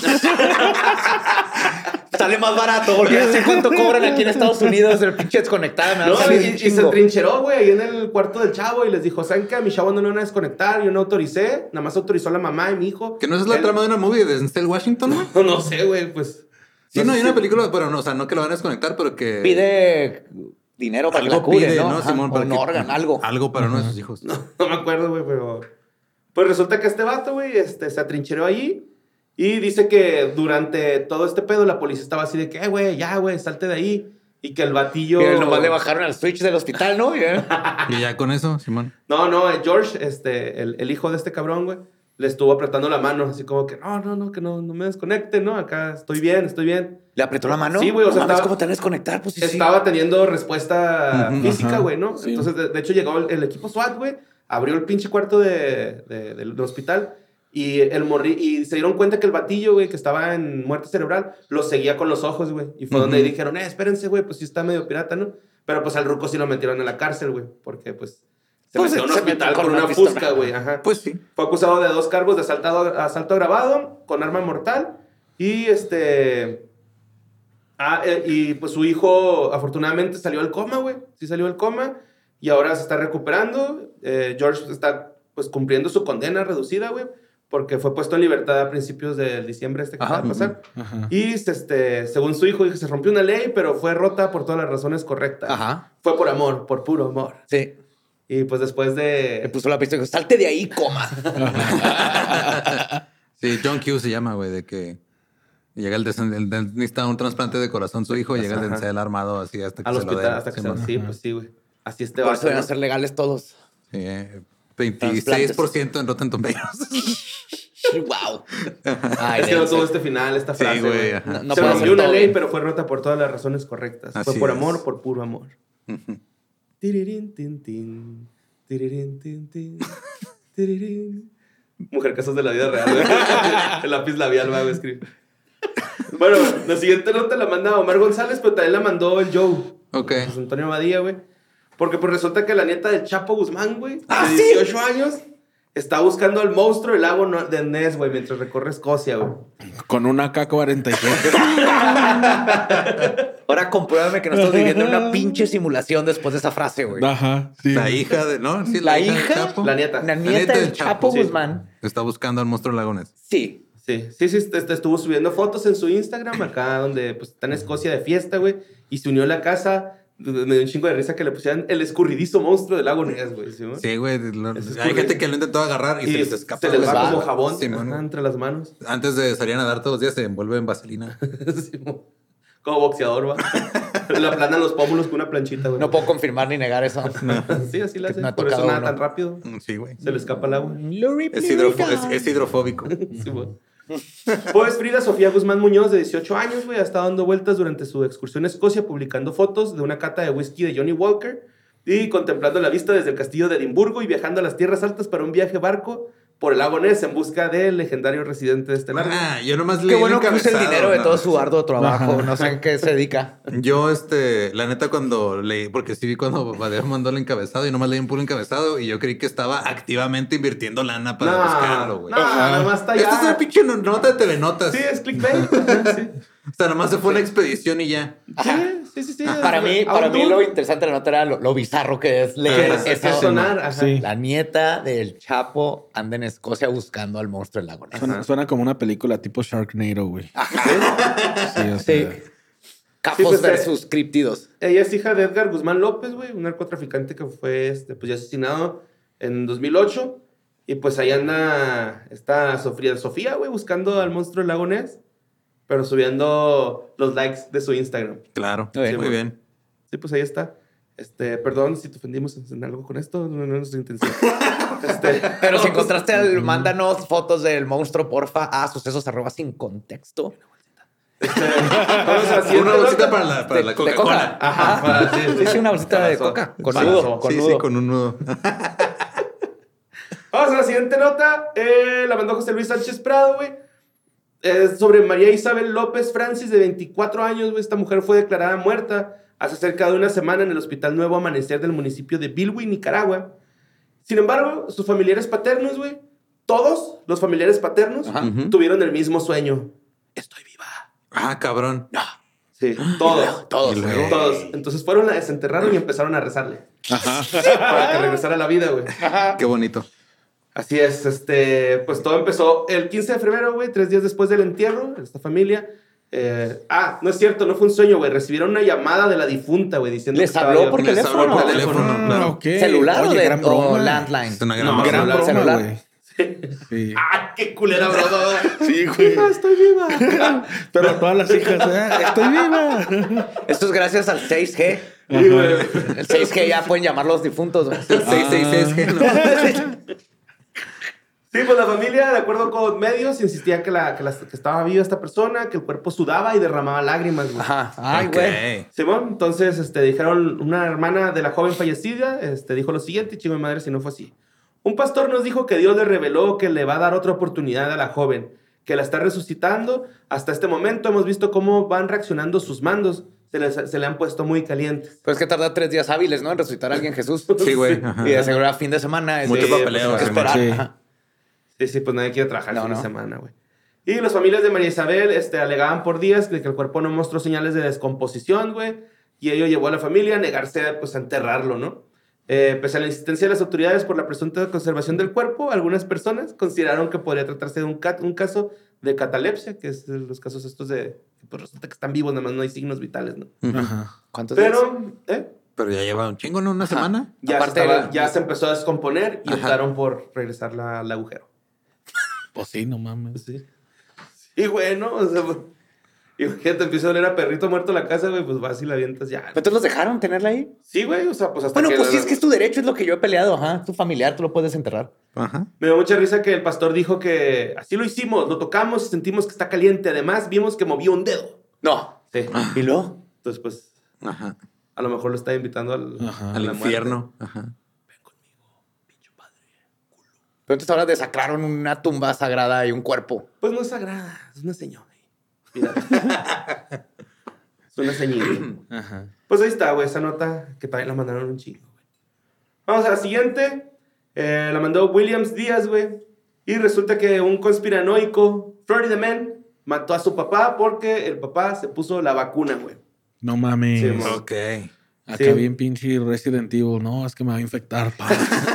Sale más barato, porque ya sé cuánto cobran aquí en Estados Unidos el pinche desconectada. Me va a No, salir y un se chingo. trincheró, güey, ahí en el cuarto del chavo y les dijo, ¿saben qué? A mi chavo no lo van a desconectar, yo no autoricé, nada más autorizó a la mamá y mi hijo. Que no es la Él- trama de una movie de Denzel Washington, ¿no? No sé, güey, pues... Sí, no, hay sé una si- película, pero no, o sea, no que lo van a desconectar, pero que... Pide dinero para que la algo cure, pide, ¿no? ¿no? Ajá, Simón, o para un que- órgano, algo. Algo para uno de sus hijos. No me acuerdo, güey, pero... Pues resulta que este vato, güey, se atrincheró allí Y dice que durante todo este pedo la policía estaba así de que, güey, ya, güey, salte de ahí. Y que el batillo... Que nomás le bajaron al switch del hospital, ¿no? Y ya con eso, Simón. No, George, el hijo de este cabrón, güey, le estuvo apretando la mano, así como que, no, que no me desconecte, ¿no? Acá estoy bien. ¿Le apretó la mano? Sí, güey, o sea, ¿cómo te van a desconectar? Pues sí. Estaba teniendo respuesta física, güey, ¿no? Sí. Entonces, de hecho, llegó el equipo SWAT, güey, abrió el pinche cuarto del hospital y y se dieron cuenta que el batillo, güey, que estaba en muerte cerebral, lo seguía con los ojos, güey. Y fue donde dijeron, espérense, güey, pues sí está medio pirata, ¿no? Pero pues al ruco sí lo metieron a la cárcel, güey, porque pues... Se metió en un hospital con una fusca, güey. Ajá. Pues sí. Fue acusado de 2 cargos de asalto agravado con arma mortal. Y y pues su hijo afortunadamente salió del coma, güey. Sí salió del coma. Y ahora se está recuperando. George está pues cumpliendo su condena reducida, güey. Porque fue puesto en libertad a principios de diciembre que acaba de pasar. Ajá. Y según su hijo, se rompió una ley, pero fue rota por todas las razones correctas. Ajá. Fue por amor, por puro amor. Sí. Y pues después de... Le puso la pistola y dijo, salte de ahí, coma. Sí, John Q se llama, güey, de que llega necesita un trasplante de corazón su hijo, llega el DNCL armado así hasta que al se hospital, lo den. hasta que se lo... Sí, pues sí, güey. Así Por eso deben ser legales todos. Sí, 26% en Rotten Tomatoes. Wow. Es que no tuvo este final, esta frase, güey. No se puede rompió ser una todo ley, bien. pero fue rota por todas las razones correctas. Así Fue por es. amor, por puro amor. Tirirín, tin, tin. Tirirín, tin, tin. Tirirín. Mujer casos de la vida real, güey. El lápiz labial, va a escribir. Bueno, la siguiente nota la manda Omar González, pero también la mandó el Joe. Ok. José Antonio Badía, güey. Porque pues resulta que la nieta del Chapo Guzmán, güey, ¿Ah, de sí? 18 años, está buscando al monstruo del lago de Ness, güey, mientras recorre Escocia, güey. Con una AK-47. Ahora compruébame que no estás viviendo una pinche simulación después de esa frase, güey. Ajá, sí. La hija de... ¿No? Sí, La del hija, Chapo. La nieta. La nieta del Chapo sí. Guzmán. Está buscando al monstruo lagones. Sí. Sí, estuvo subiendo fotos en su Instagram acá donde pues está en Escocia de fiesta, güey, y se unió a la casa. Me dio un chingo de risa que le pusieran el escurridizo monstruo del lago Ness, güey. Sí, güey. Es Hay gente que lo intentó agarrar y se les escapa. Se les les va va. como jabón Sí, man. entre las manos. Antes de salir a nadar todos los días se envuelve en vaselina. Sí, como boxeador, va. Le aplanan los pómulos con una planchita, güey. No puedo confirmar ni negar eso. Sí, así la hace. Me ha Por eso tocado nada uno. tan rápido. Sí, güey. Se le escapa el agua. Es hidrofóbico. Sí, güey. Pues Frida Sofía Guzmán Muñoz, de 18 años, güey, ha estado dando vueltas durante su excursión a Escocia, publicando fotos de una cata de whisky de Johnny Walker y contemplando la vista desde el castillo de Edimburgo y viajando a las tierras altas para un viaje barco por el lago Ness en busca del legendario residente de este lago. Yo nomás Qué leí bueno que use el encabezado, dinero de ¿no? todo su arduo trabajo. Ajá. No sé en qué se dedica. Yo, la neta, cuando leí, porque sí vi cuando Badeo mandó el encabezado y nomás leí un puro encabezado y yo creí que estaba activamente invirtiendo lana para buscarlo, güey. No, nada más está Esta es una allá. pinche nota de TV Notas. Sí, es clickbait. Ajá, sí. O sea, nomás se fue una expedición y ya. Sí. Para mí lo interesante de la nota era lo bizarro que es leer Es esa sonar, ajá. Sí. La nieta del Chapo anda en Escocia buscando al monstruo del lago Ness. Suena como una película tipo Sharknado, güey. Sí, o Sí. sea, Capos pues, versus críptidos. Ella es hija de Edgar Guzmán López, güey, un narcotraficante que fue pues ya asesinado en 2008. Y pues ahí anda esta Sofía, güey, buscando al monstruo del lago Ness, pero subiendo los likes de su Instagram. Claro. Muy bien. Muy bien. Sí, pues ahí está. Perdón si te ofendimos en algo con esto, no es nuestra intención. Pero si encontraste mándanos fotos del monstruo, porfa, a sucesos @ sin contexto. Vamos a la siguiente Una bolsita nota. para la De Coca-Cola. Ajá, Sí, una bolsita de coca. Con Para nudo. eso. Con Sí, nudo. sí, con un nudo. Vamos a la siguiente nota. La mandó José Luis Sánchez Prado, güey. Es sobre María Isabel López Francis, de 24 años, güey. Esta mujer fue declarada muerta hace cerca de una semana en el Hospital Nuevo Amanecer del municipio de Bilwi, Nicaragua. Sin embargo, sus familiares paternos, güey, todos los familiares paternos tuvieron el mismo sueño. Estoy viva. Ah, cabrón. Sí, todos. Todos. Y luego- Todos. Entonces fueron, la desenterraron y empezaron a rezarle. Para que regresara a la vida, güey. Qué bonito. Así es, pues todo empezó el 15 de febrero, güey, 3 días después del entierro de esta familia. No es cierto, no fue un sueño, güey. Recibieron una llamada de la difunta, güey, diciendo ¿Les que estaba habló viva. por Les habló teléfono? por teléfono, claro. ok. ¿Celular Oye, o gran broma. landline? Es una gran No, broma. Gran broma, celular. güey. Sí. ¡Ay, qué culera broma! Sí, güey. ¡Estoy viva! Pero todas las hijas, estoy viva. Esto es gracias al 6G. Sí, güey. El 6G ya pueden llamar los difuntos. ¿No? El 666, ¿no? Sí, pues la familia, de acuerdo con medios, insistía que estaba viva esta persona, que el cuerpo sudaba y derramaba lágrimas, güey. Ajá. Ay, Ok. güey. Simón, entonces dijeron, una hermana de la joven fallecida dijo lo siguiente, chingo de madre si no fue así. Un pastor nos dijo que Dios le reveló que le va a dar otra oportunidad a la joven, que la está resucitando. Hasta este momento hemos visto cómo van reaccionando sus mandos. Se le han puesto muy calientes. Pero es que tarda 3 días hábiles, ¿no? En resucitar a alguien Jesús. Sí, güey. Ajá. Y de seguro a fin de semana. Es Mucho de, papeleo, pues, hay que Simón. esperar. Sí. Ajá. Sí, pues nadie quiere trabajar el fin de No. semana, güey. Y las familias de María Isabel alegaban por días de que el cuerpo no mostró señales de descomposición, güey. Y ello llevó a la familia a negarse pues, a enterrarlo, ¿no? Pese a la insistencia de las autoridades por la presunta conservación del cuerpo, algunas personas consideraron que podría tratarse de un caso de catalepsia, que es de los casos estos de... Pues resulta que están vivos, nada más no hay signos vitales, ¿no? Ajá. ¿Cuántos días? Pero, Pero ya lleva un chingo, ¿no? Una semana. ya, Aparte ya se empezó a descomponer y optaron por regresar al agujero. Pues sí, no mames. Sí. Y bueno, o sea, pues, imagínate, empieza a oler a perrito muerto la casa, güey, pues vas y la avientas ya. ¿Pero entonces los dejaron tenerla ahí? Sí, güey, o sea, pues hasta Bueno, que... pues sí, es que es tu derecho, es lo que yo he peleado. Ajá. Tu familiar, tú lo puedes enterrar. Ajá. Me dio mucha risa que el pastor dijo que así lo hicimos, lo tocamos y sentimos que está caliente. Además, vimos que movió un dedo. No. Sí. ¿Y luego? Entonces, pues, Ajá. a lo mejor lo está invitando Ajá. a Al la infierno. Ajá. Pero entonces ahora desacraron una tumba sagrada y un cuerpo. muerte. Pues no es sagrada, es una señora. Mira. Es una señorita. Ajá. Pues ahí está, güey, esa nota que también la mandaron un chingo, güey. Vamos a la siguiente. La mandó Williams Díaz, güey. Y resulta que un conspiranoico, Florida Man, mató a su papá porque el papá se puso la vacuna, güey. No mames. Sí, mo. Ok. Acá Sí. bien pinche Resident Evil. No, es que me va a infectar, pa.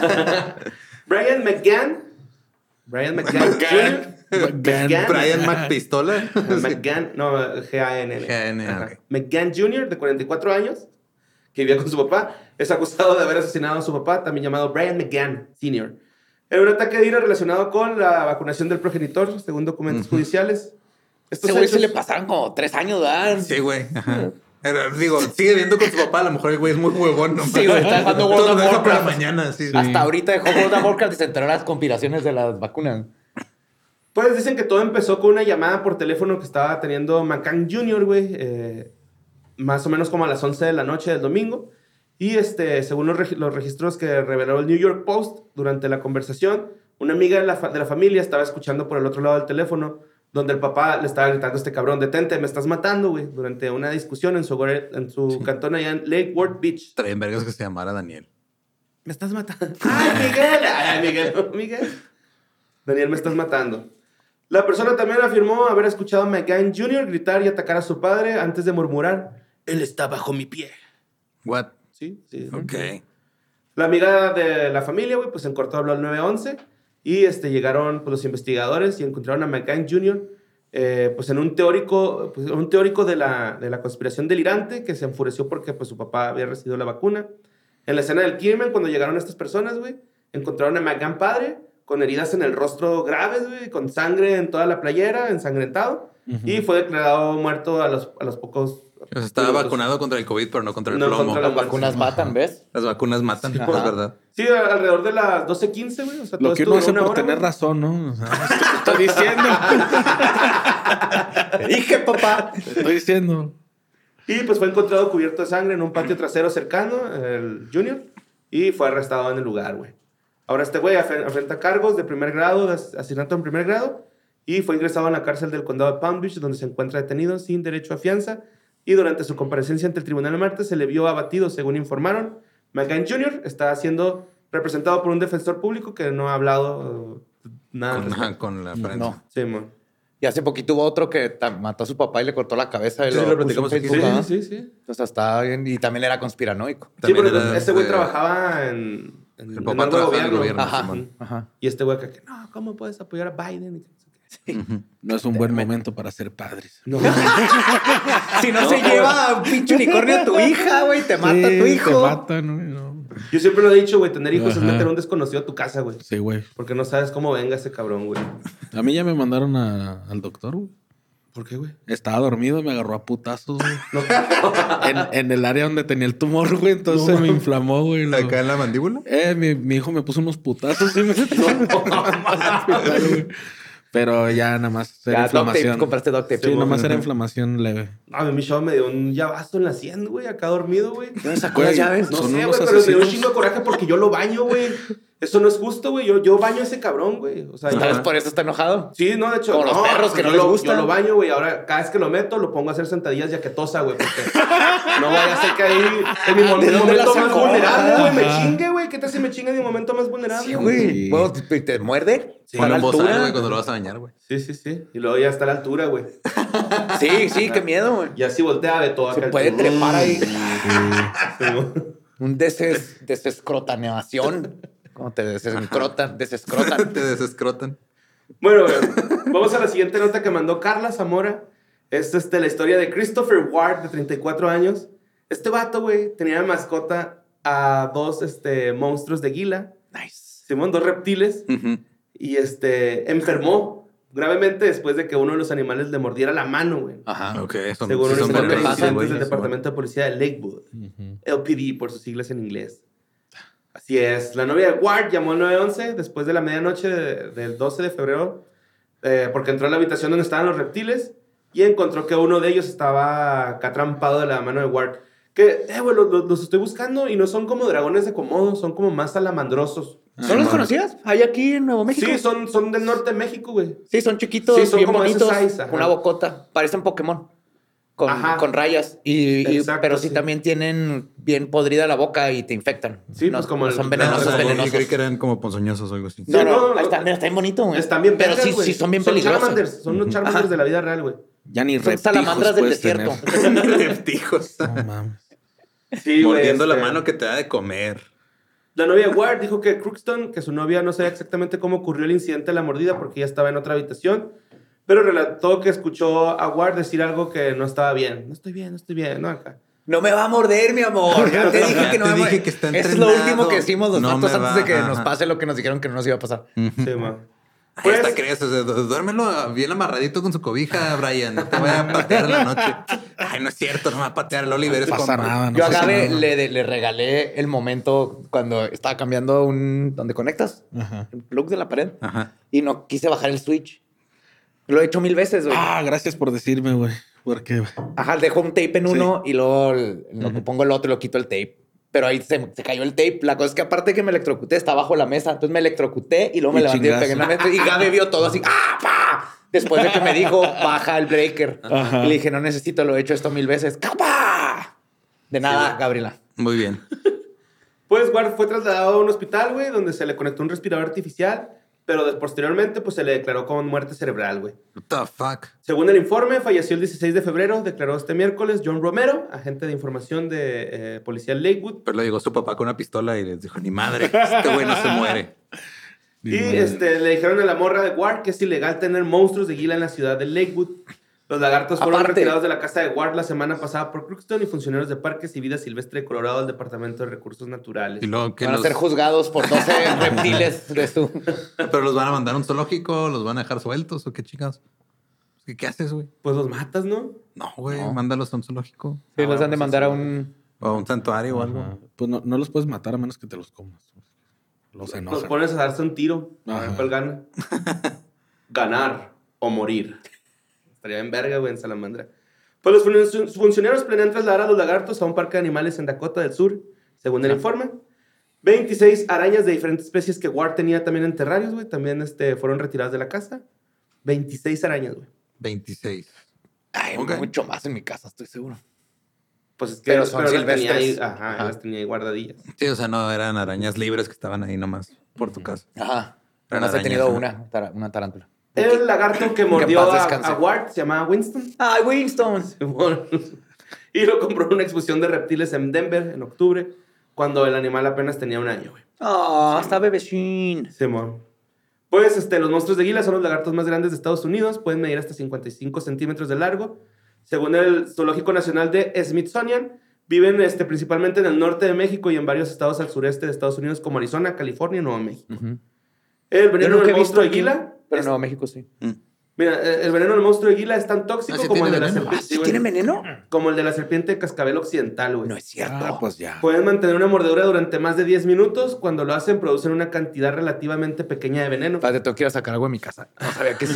Brian McGann. Brian McGann Jr. McGann. Brian McPistola. McGann, no, G-A-N-N. G-A-N-N, Ajá. ok. McGann Jr., de 44 años, que vivía con su papá, es acusado de haber asesinado a su papá, también llamado Brian McGann Sr., en un ataque de ira relacionado con la vacunación del progenitor, según documentos judiciales. Estos Ese güey hechos- se le pasaron como 3 años, ¿verdad? Sí, güey. Ajá. Digo, sigue viviendo con su papá. A lo mejor el güey es muy huevón, ¿no? Sí, güey, está jugando World Todo of lo deja para Warcraft. mañana, sí. Hasta ahorita dejó World of Warcraft y se enteró de las conspiraciones de las vacunas. Pues dicen que todo empezó con una llamada por teléfono que estaba teniendo McCann Jr., güey, más o menos como a las 11 de la noche del domingo. Y según los registros que reveló el New York Post durante la conversación, una amiga de la familia estaba escuchando por el otro lado del teléfono, donde el papá le estaba gritando a este cabrón, detente, me estás matando, güey, durante una discusión en su cantón allá en Lake Worth Beach. Traen vergas que se llamara Daniel. Me estás matando. ¡Ay, Miguel! ¡Ay, Miguel! Miguel. Daniel, me estás matando. La persona también afirmó haber escuchado a McGann Jr. gritar y atacar a su padre antes de murmurar, él está bajo mi pie. What? Sí, sí. Ok. La amiga de la familia, güey, pues en corto habló al 911 y llegaron pues, los investigadores y encontraron a McGann Jr. Pues en un teórico de la conspiración delirante que se enfureció porque pues su papá había recibido la vacuna. En la escena del crimen, cuando llegaron estas personas, güey, encontraron a McGann padre con heridas en el rostro graves, güey, con sangre en toda la playera, ensangrentado, y fue declarado muerto a los pocos... O sea, estaba vacunado contra el COVID, pero no contra el No, plomo. contra la- Las vacunas matan, ¿ves? Las vacunas matan, Ajá. es verdad. Sí, alrededor de las 12:15, güey. O sea, Lo todo que esto uno duró hace una por hora, tener güey. razón, ¿no? O sea, es que te estoy diciendo. Dije, papá. Te estoy diciendo. Y pues fue encontrado cubierto de sangre en un patio trasero cercano, el Junior, y fue arrestado en el lugar, güey. Ahora este güey afrenta cargos de primer grado, de asesinato en primer grado, y fue ingresado en la cárcel del condado de Palm Beach, donde se encuentra detenido sin derecho a fianza, y durante su comparecencia ante el tribunal de martes se le vio abatido, según informaron. McGann Jr. está siendo representado por un defensor público que no ha hablado nada. al respecto. Con la prensa. No. Sí, man. Y hace poquito hubo otro que mató a su papá y le cortó la cabeza. Y Sí, lo puso platicamos en aquí. Facebook, ¿verdad? Sí, sí. Entonces está bien. Y también era conspiranoico. Sí, También pero era, ese güey trabajaba en el en papá algo de trabajaba en el gobierno, Ajá. Simón. Ajá. Y este güey acá que, no, ¿cómo puedes apoyar a Biden? No es un buen momento para ser padres. No. Si no se lleva un pinche unicornio a tu hija, güey, te mata a tu Sí, hijo. Te matan, ¿no? Yo siempre lo he dicho, güey, tener hijos es meter a un desconocido a tu casa, güey. Sí, güey. Porque no sabes cómo venga ese cabrón, güey. A mí ya me mandaron al doctor, güey. ¿Por qué, güey? Estaba dormido y me agarró a putazos, güey. No. en el área donde tenía el tumor, güey. Entonces me inflamó, güey. ¿Acá en la mandíbula? Mi hijo me puso unos putazos y me metió al hospital, güey. Pero ya nada más era inflamación. Compraste Duct Tape. Sí, nada más era inflamación leve. A mí mi chavo me dio un llavazo en la 100, güey, acá dormido, güey. ¿Dónde sacó las llaves? No Son sé, unos güey, pero me dio un asesinos. chingo de coraje porque yo lo baño, güey. Eso no es justo, güey. Yo baño a ese cabrón, güey. O sea, ¿Tal vez ya- por eso está enojado? Sí, no, de hecho. Como los perros que no les gusta. Yo lo baño, güey. Ahora, cada vez que lo meto, lo pongo a hacer sentadillas yaquetosa, güey. Porque no vaya a ser que ahí, en mi ¿De dónde momento la más sacó? vulnerable, güey, me Ajá. chingue, güey. ¿Qué tal si me chingue en mi momento más vulnerable? Sí, güey? güey. Sí. Bueno, ¿te muerde? Sí. ¿A la Ponle un bozal, altura? güey, cuando lo vas a bañar, güey. Sí. Y luego ya está a la altura, güey. Sí, qué miedo, güey. Y así voltea de todo Se acá. puede trepar ahí. Sí, güey. Un desescrotaneación. ¿Cómo te desescrotan? Te desescrotan. Bueno, güey, vamos a la siguiente nota que mandó Carla Zamora. Es la historia de Christopher Ward, de 34 años. Este vato, güey, tenía de mascota a dos monstruos de Gila. Nice. Simón, dos reptiles. Y enfermó gravemente después de que uno de los animales le mordiera la mano, güey. Ajá. Ok, Según sí unos son lo que venenosos, pasa, güey. del Departamento de Policía de Lakewood. LPD, por sus siglas en inglés. Así es. La novia de Ward llamó al 911 después de la medianoche del 12 de febrero porque entró a la habitación donde estaban los reptiles y encontró que uno de ellos estaba acá atrampado de la mano de Ward. Que, güey, los estoy buscando y no son como dragones de Komodo, son como más salamandrosos. ¿Son los conocidas? ¿Hay aquí en Nuevo México? Sí, son del norte de México, güey. Sí, son chiquitos, Sí, son bien como ese bonitos, size, ajá. con una bocota. Parecen Pokémon. Ajá. Con rayas. Exacto, pero sí, sí. también tienen bien podrida la boca y te infectan. Sí, no, pues como no el- son no, venenosos, o sea, venenosos. Yo creí que eran como ponzoñosos o algo así. No, No, está bien bonito, güey. Están bien Pero vergas, güey. sí son bien Son peligrosos. Charmanders, son los Charmanders Ajá. de la vida real, güey. Ya ni Son reptijos salamandras del puedes desierto. tener. Reptijos. No mames. Sí, güey, Mordiendo la mano que te da de comer. La novia de Ward dijo que Crookston, que su novia no sabía exactamente cómo ocurrió el incidente de la mordida porque ella estaba en otra habitación, pero relató que escuchó a Ward decir algo que no estaba bien. No estoy bien, no acá. No me va a morder, mi amor. Ya te dije que no te me va a dije que está Es lo entrenado. último que decimos los No vatos me antes va, de que ajá. nos pase lo que nos dijeron que no nos iba a pasar. Sí, ma. Ahí Pues- está, crees. O sea, duérmelo bien amarradito con su cobija, Brian. No te vaya a patear en la noche. Ay, no es cierto, no me va a patear el Oliver. No ese pasa compa. nada. No Yo a pasa Gabe nada. le regalé el momento cuando estaba cambiando donde conectas, Ajá. el plug de la pared, Ajá. y no quise bajar el switch. Lo he hecho 1000 veces, güey. Ah, gracias por decirme, güey. Porque Ajá, dejo un tape en uno y luego en lo que pongo el otro lo quito el tape. Pero ahí se cayó el tape. La cosa es que aparte de que me electrocuté, está bajo la mesa. Entonces me electrocuté y luego me Y levanté y chingazo. pegué en la mesa. Y Gabe vio todo así. ¡Ah, pa! Después de que me dijo, baja el breaker. Ajá. Y le dije, no necesito, lo he hecho esto 1000 veces. ¡Capa! De nada, Gabriela. Muy bien. Pues Ward fue trasladado a un hospital, güey, donde se le conectó un respirador artificial, pero posteriormente pues se le declaró con muerte cerebral, güey. What the fuck? Según el informe, falleció el 16 de febrero, declaró este miércoles John Romero, agente de información de policía Lakewood. Pero le llegó su papá con una pistola y les dijo, ni madre, este güey no se muere. Y le dijeron a la morra de Ward que es ilegal tener monstruos de Gila en la ciudad de Lakewood. Los lagartos fueron Aparte- retirados de la casa de Ward la semana pasada por Crookston y funcionarios de Parques y Vida Silvestre de Colorado del Departamento de Recursos Naturales. Y luego que Van a ser juzgados por 12 reptiles de su... Pero los van a mandar a un zoológico, los van a dejar sueltos o qué chingados. ¿Qué haces, güey? Pues los matas, ¿no? No, güey, No. mándalos a un zoológico. Sí, los han de pues mandar sí. a un... O a un santuario o algo. Ajá. Pues no los puedes matar a menos que te los comas. Los Los enojan. pones a darse un tiro. A ver Ajá. cuál gana. Ganar o morir. Estaría en verga, güey, en Salamandra. Pues los funcionarios planean trasladar a los lagartos a un parque de animales en Dakota del Sur, según el informe. 26 arañas de diferentes especies que Ward tenía también en terrarios, güey. También fueron retiradas de la casa. 26 arañas, güey. 26. Ay, Ok. mucho más en mi casa, estoy seguro. Pues es que Pero son las tenía ahí, silvestres. ajá, Ajá. las tenía ahí guardadillas. Sí, o sea, no eran arañas libres que estaban ahí nomás por tu casa. Ajá. Pero Eran no he arañas, tenido ¿no? una tarántula. El lagarto que mordió paz a descanse. Ward se llamaba Winston. ¡Ay, Winston! Y lo compró en una exposición de reptiles en Denver en octubre, cuando el animal apenas tenía 1 año, güey. ¡Ah, está bebecín! Simón. Pues los monstruos de Gila son los lagartos más grandes de Estados Unidos. Pueden medir hasta 55 centímetros de largo. Según el Zoológico Nacional de Smithsonian, Viven principalmente en el norte de México y en varios estados al sureste de Estados Unidos como Arizona, California y Nuevo México. El veneno del monstruo de Gila... Pero Nuevo México sí. Mira, el veneno del monstruo de Gila es tan tóxico como el de la serpiente. ¿Sí tiene veneno? Como el de la serpiente de cascabel occidental, güey. No es cierto. Pues ya. Pueden mantener una mordedura durante más de 10 minutos. Cuando lo hacen, producen una cantidad relativamente pequeña de veneno. Padre, tengo que ir a sacar algo de mi casa. No sabía que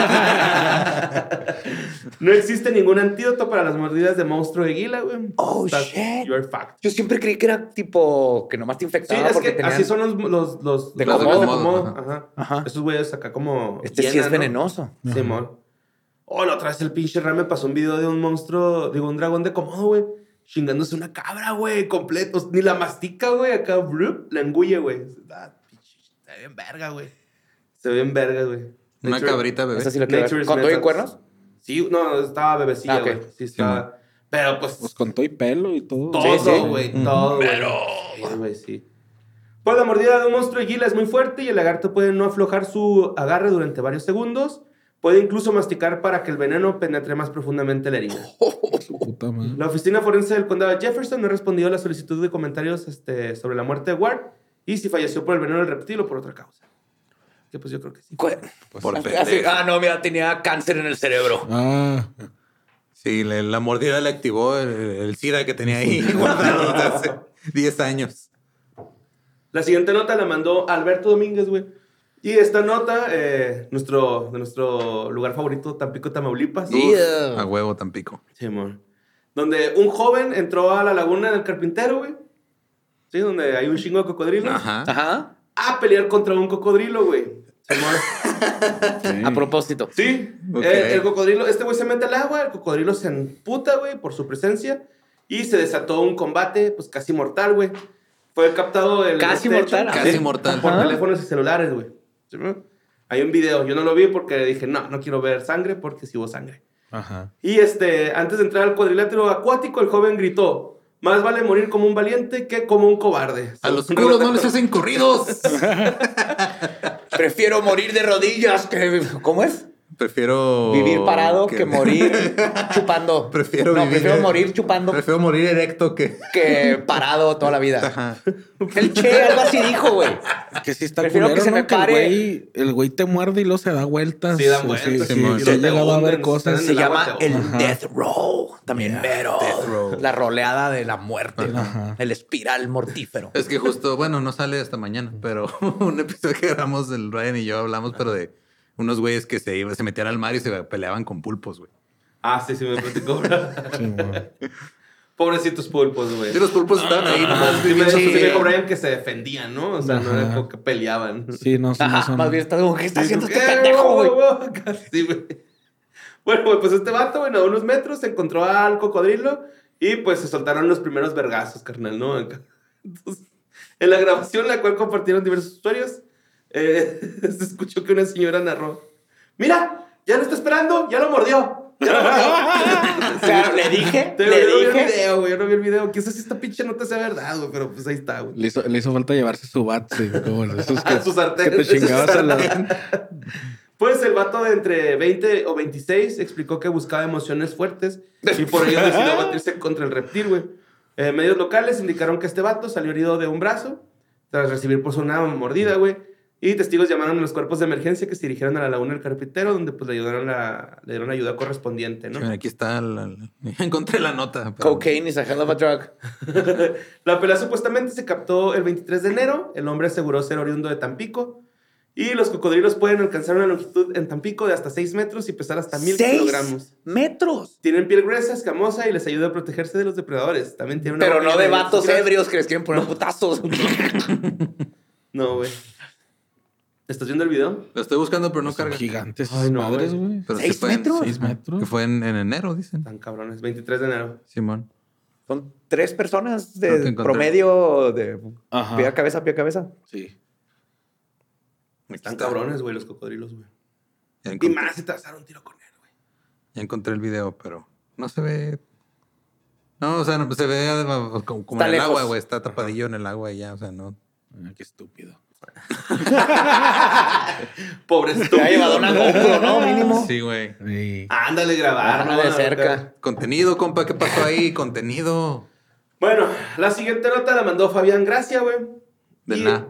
No existe ningún antídoto para las mordidas de monstruo de Gila, güey. Oh, shit. You're fucked. Yo siempre creí que era tipo que nomás te Sí, infectaba es porque que tenían... así son los De los Komodo. de Komodo. Ajá. Ajá. Esos güeyes acá como... Este sí llenan, es ¿no? venenoso. Simón. Oh, la otra vez el pinche Ram me pasó un video de un monstruo, digo, un dragón de Komodo, güey. Chingándose una cabra, güey, completo. Ni la mastica, güey, acá, blup, la engulle, güey. Ah, pinche, se ve bien verga, güey. Se ve bien verga, güey. Una cabrita, bebé. Esa sí la quiero ver. Nature's ¿Con todo y Methods. cuernos? Sí, no, estaba bebecilla, Ah, ok. güey. Sí, estaba... Pero, pues, Pues con todo y pelo y todo. todo, güey, todo, güey. Sí, güey, sí. Pues la mordida de un monstruo de Gila es muy fuerte y el lagarto puede no aflojar su agarre durante varios segundos. Puede incluso masticar para que el veneno penetre más profundamente la herida. Su puta madre. La oficina forense del condado de Jefferson no ha respondido a la solicitud de comentarios sobre la muerte de Ward y si falleció por el veneno del reptil o por otra causa. Que pues yo creo que sí. Por pendejo. No, mira, tenía cáncer en el cerebro. Ah, Sí, la mordida le activó el SIDA que tenía ahí guardado desde hace 10 años. La siguiente nota la mandó Alberto Domínguez, güey. Y esta nota, de nuestro lugar favorito, Tampico, Tamaulipas. A huevo, Tampico. Sí, amor. Donde un joven entró a la laguna del carpintero, güey. Sí, donde hay un chingo de cocodrilos. Ajá. A pelear contra un cocodrilo, güey. Sí, amor. A propósito. Sí. Ok. El cocodrilo, este güey se mete al agua, el cocodrilo se emputa, güey, por su presencia. Y se desató un combate, pues casi mortal, güey. Fue captado el... Casi mortal. Casi Sí, mortal. por Ajá. teléfonos y celulares, güey. ¿Sí, no? Hay un video. Yo no lo vi porque dije, no quiero ver sangre porque sí hubo sangre. ajá. Y antes de entrar al cuadrilátero acuático, el joven gritó: más vale morir como un valiente que como un cobarde. A los culos no les hacen corridos. Prefiero morir de rodillas que... ¿Cómo es? Prefiero... Vivir parado que morir chupando. Prefiero vivir... prefiero morir chupando Prefiero morir erecto que... parado toda la vida. Ajá. El Che algo así dijo, güey. Que sí está Prefiero culero, que se ¿no? me pare. El güey te muerde y luego se da vueltas. Sí, dan vueltas. Sí, sí, sí, sí, he llegado a ver hunden, cosas. están Se el agua llama te el ahoga. Death Row. También, pero Death Row. la roleada de la muerte. Ajá. El espiral mortífero. Es que justo, bueno, no sale hasta mañana, pero un episodio que grabamos del Ryan y yo hablamos, pero de unos güeyes que se metían al mar y se peleaban con pulpos, güey. Ah, sí, me platicó. Sí, güey. Pobrecitos pulpos, güey. Sí, los pulpos estaban ahí nomás Sí, me viviendo. dijo Brian que se defendían, ¿no? O sea, no era Ajá. como que peleaban. Sí, no, sí, no Ajá, son... más bien está como, ¿qué está haciendo Sí, este ¿qué? pendejo, güey? Sí, güey. Bueno, güey, pues este vato, güey, a unos metros se encontró al cocodrilo y pues se soltaron los primeros vergazos, carnal, ¿no? Entonces, en la grabación, la cual compartieron diversos usuarios, se escuchó que una señora narró: mira, ya lo está esperando, ya lo mordió. Ya lo mordió. O sea, le dije, Yo le no vi el dije. video, güey, yo no vi el video. Quizás esta pinche nota sea verdad, güey, pero pues ahí está, güey. Le hizo falta llevarse su bat, sí, como esos que, Su sartén. que te chingabas a la... Pues el vato de entre 20 o 26 explicó que buscaba emociones fuertes y por ello decidió batirse contra el reptil, güey. Medios locales indicaron que este vato salió herido de un brazo tras recibir pues una mordida, güey. Y testigos llamaron a los cuerpos de emergencia que se dirigieron a la laguna del carpintero, donde pues le dieron la ayuda correspondiente, ¿no? Sí, aquí está, encontré la nota. pero- Cocaine is a hell of a drug. La pelea supuestamente se captó el 23 de enero. El hombre aseguró ser oriundo de Tampico. Y los cocodrilos pueden alcanzar una longitud en Tampico de hasta 6 metros y pesar hasta 1000 kilogramos. metros. Tienen piel gruesa, escamosa y les ayuda a protegerse de los depredadores. También tienen una Pero boca no de llena vatos suciedad. ebrios que les quieren poner putazos. No, güey. ¿Estás viendo el video? Lo estoy buscando, pero no Son carga. gigantes Ay, esas no, madres, güey. güey. Pero 6 fue en- metros. 6 metros. Que fue en enero, dicen. Tan cabrones. 23 de enero. Simón. Son 3 personas Creo que de encontré. promedio de Ajá. pie a cabeza. Sí. Están cabrones, güey, los cocodrilos, güey. Ya Y encontré, más si te vas a dar un tiro con él, güey. ya encontré el video, pero no se ve. No, o sea, no, se ve como Está en el lejos. agua, güey. Está tapadillo en el agua y ya, o sea, no. Ah, qué estúpido. Pobre Te ha estúpido. llevado una GoPro, ¿no? Mínimo. Sí, güey. Sí. Ándale, grabar. Una de cerca. Contenido, compa, ¿qué pasó ahí? Contenido. Bueno, la siguiente nota la mandó Fabián Gracia, güey. De nada.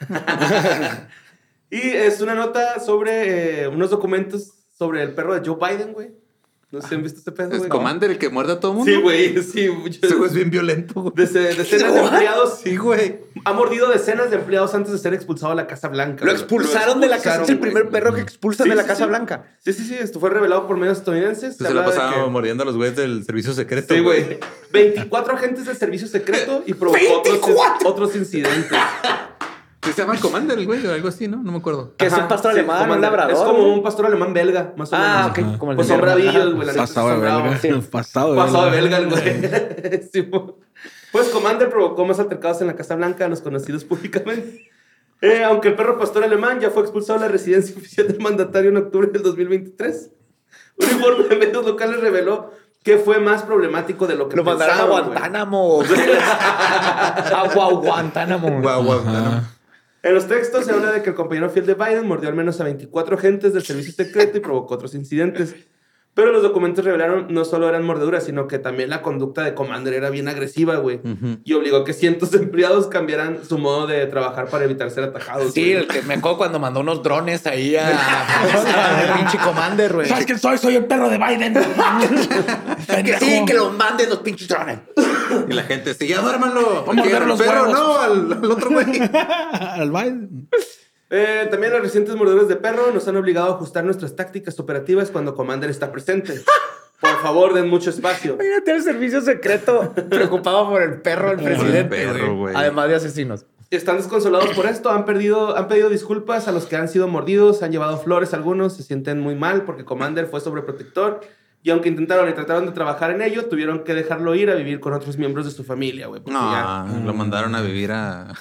Y es una nota sobre unos documentos sobre el perro de Joe Biden, güey. No sé si han visto este pedo, güey. ¿Es Commander el que muerde a todo mundo? Sí, güey, sí. Ese güey es bien violento, güey. Decenas de empleados. Sí, güey. Ha mordido decenas de empleados antes de ser expulsado a la Casa Blanca. Lo güey. expulsaron de la casa. Es el primer perro que expulsan de la Casa sí. Blanca. Sí. Esto fue revelado por medios estadounidenses. Se la pasaba mordiendo a los güeyes del servicio secreto. Sí, güey. 24 agentes del servicio secreto y provocó otros incidentes. Se llama Commander el güey o algo así, ¿no? No me acuerdo. Que es un pastor alemán, un Commander. labrador. Es como ¿no? un pastor alemán belga, más o menos. Ah, ok. Como el Pues de son mi hermano. bravillos, güey. la neta, Pasado de son bravos. belga. Sí. Pasado de belga. Pasado de belga, el güey. Sí, pues Commander provocó más altercados en la Casa Blanca a los conocidos públicamente. Aunque el perro pastor alemán ya fue expulsado de la residencia oficial del mandatario en octubre del 2023. Un informe de medios locales reveló que fue más problemático de lo que Lo mandaron a pensaban, Guantánamo. A Guantánamo. Guau. En los textos se habla de que el compañero fiel de Biden mordió al menos a 24 agentes del servicio secreto y provocó otros incidentes. Pero los documentos revelaron no solo eran mordeduras, sino que también la conducta de Commander era bien agresiva, güey. Y obligó a que cientos de empleados cambiaran su modo de trabajar para evitar ser atajados. Sí, güey. el que me acuerdo cuando mandó unos drones ahí a pinche Commander, güey. ¿Sabes quién soy? Soy el perro de Biden. Que sí, que los manden los pinches drones. Y la gente, sí, ya duérmanlo. Vamos a ver los pero huevos. no, al otro güey. Al Biden. También las recientes mordeduras de perro nos han obligado a ajustar nuestras tácticas operativas cuando Commander está presente. Por favor, den mucho espacio. Imagínate el servicio secreto preocupado por el perro del presidente, perro, güey. güey. Además de asesinos. Están desconsolados por esto, han pedido disculpas a los que han sido mordidos, han llevado flores a algunos, se sienten muy mal porque Commander fue sobreprotector y aunque intentaron y trataron de trabajar en ello, tuvieron que dejarlo ir a vivir con otros miembros de su familia, güey. porque ya- No, lo mandaron a vivir a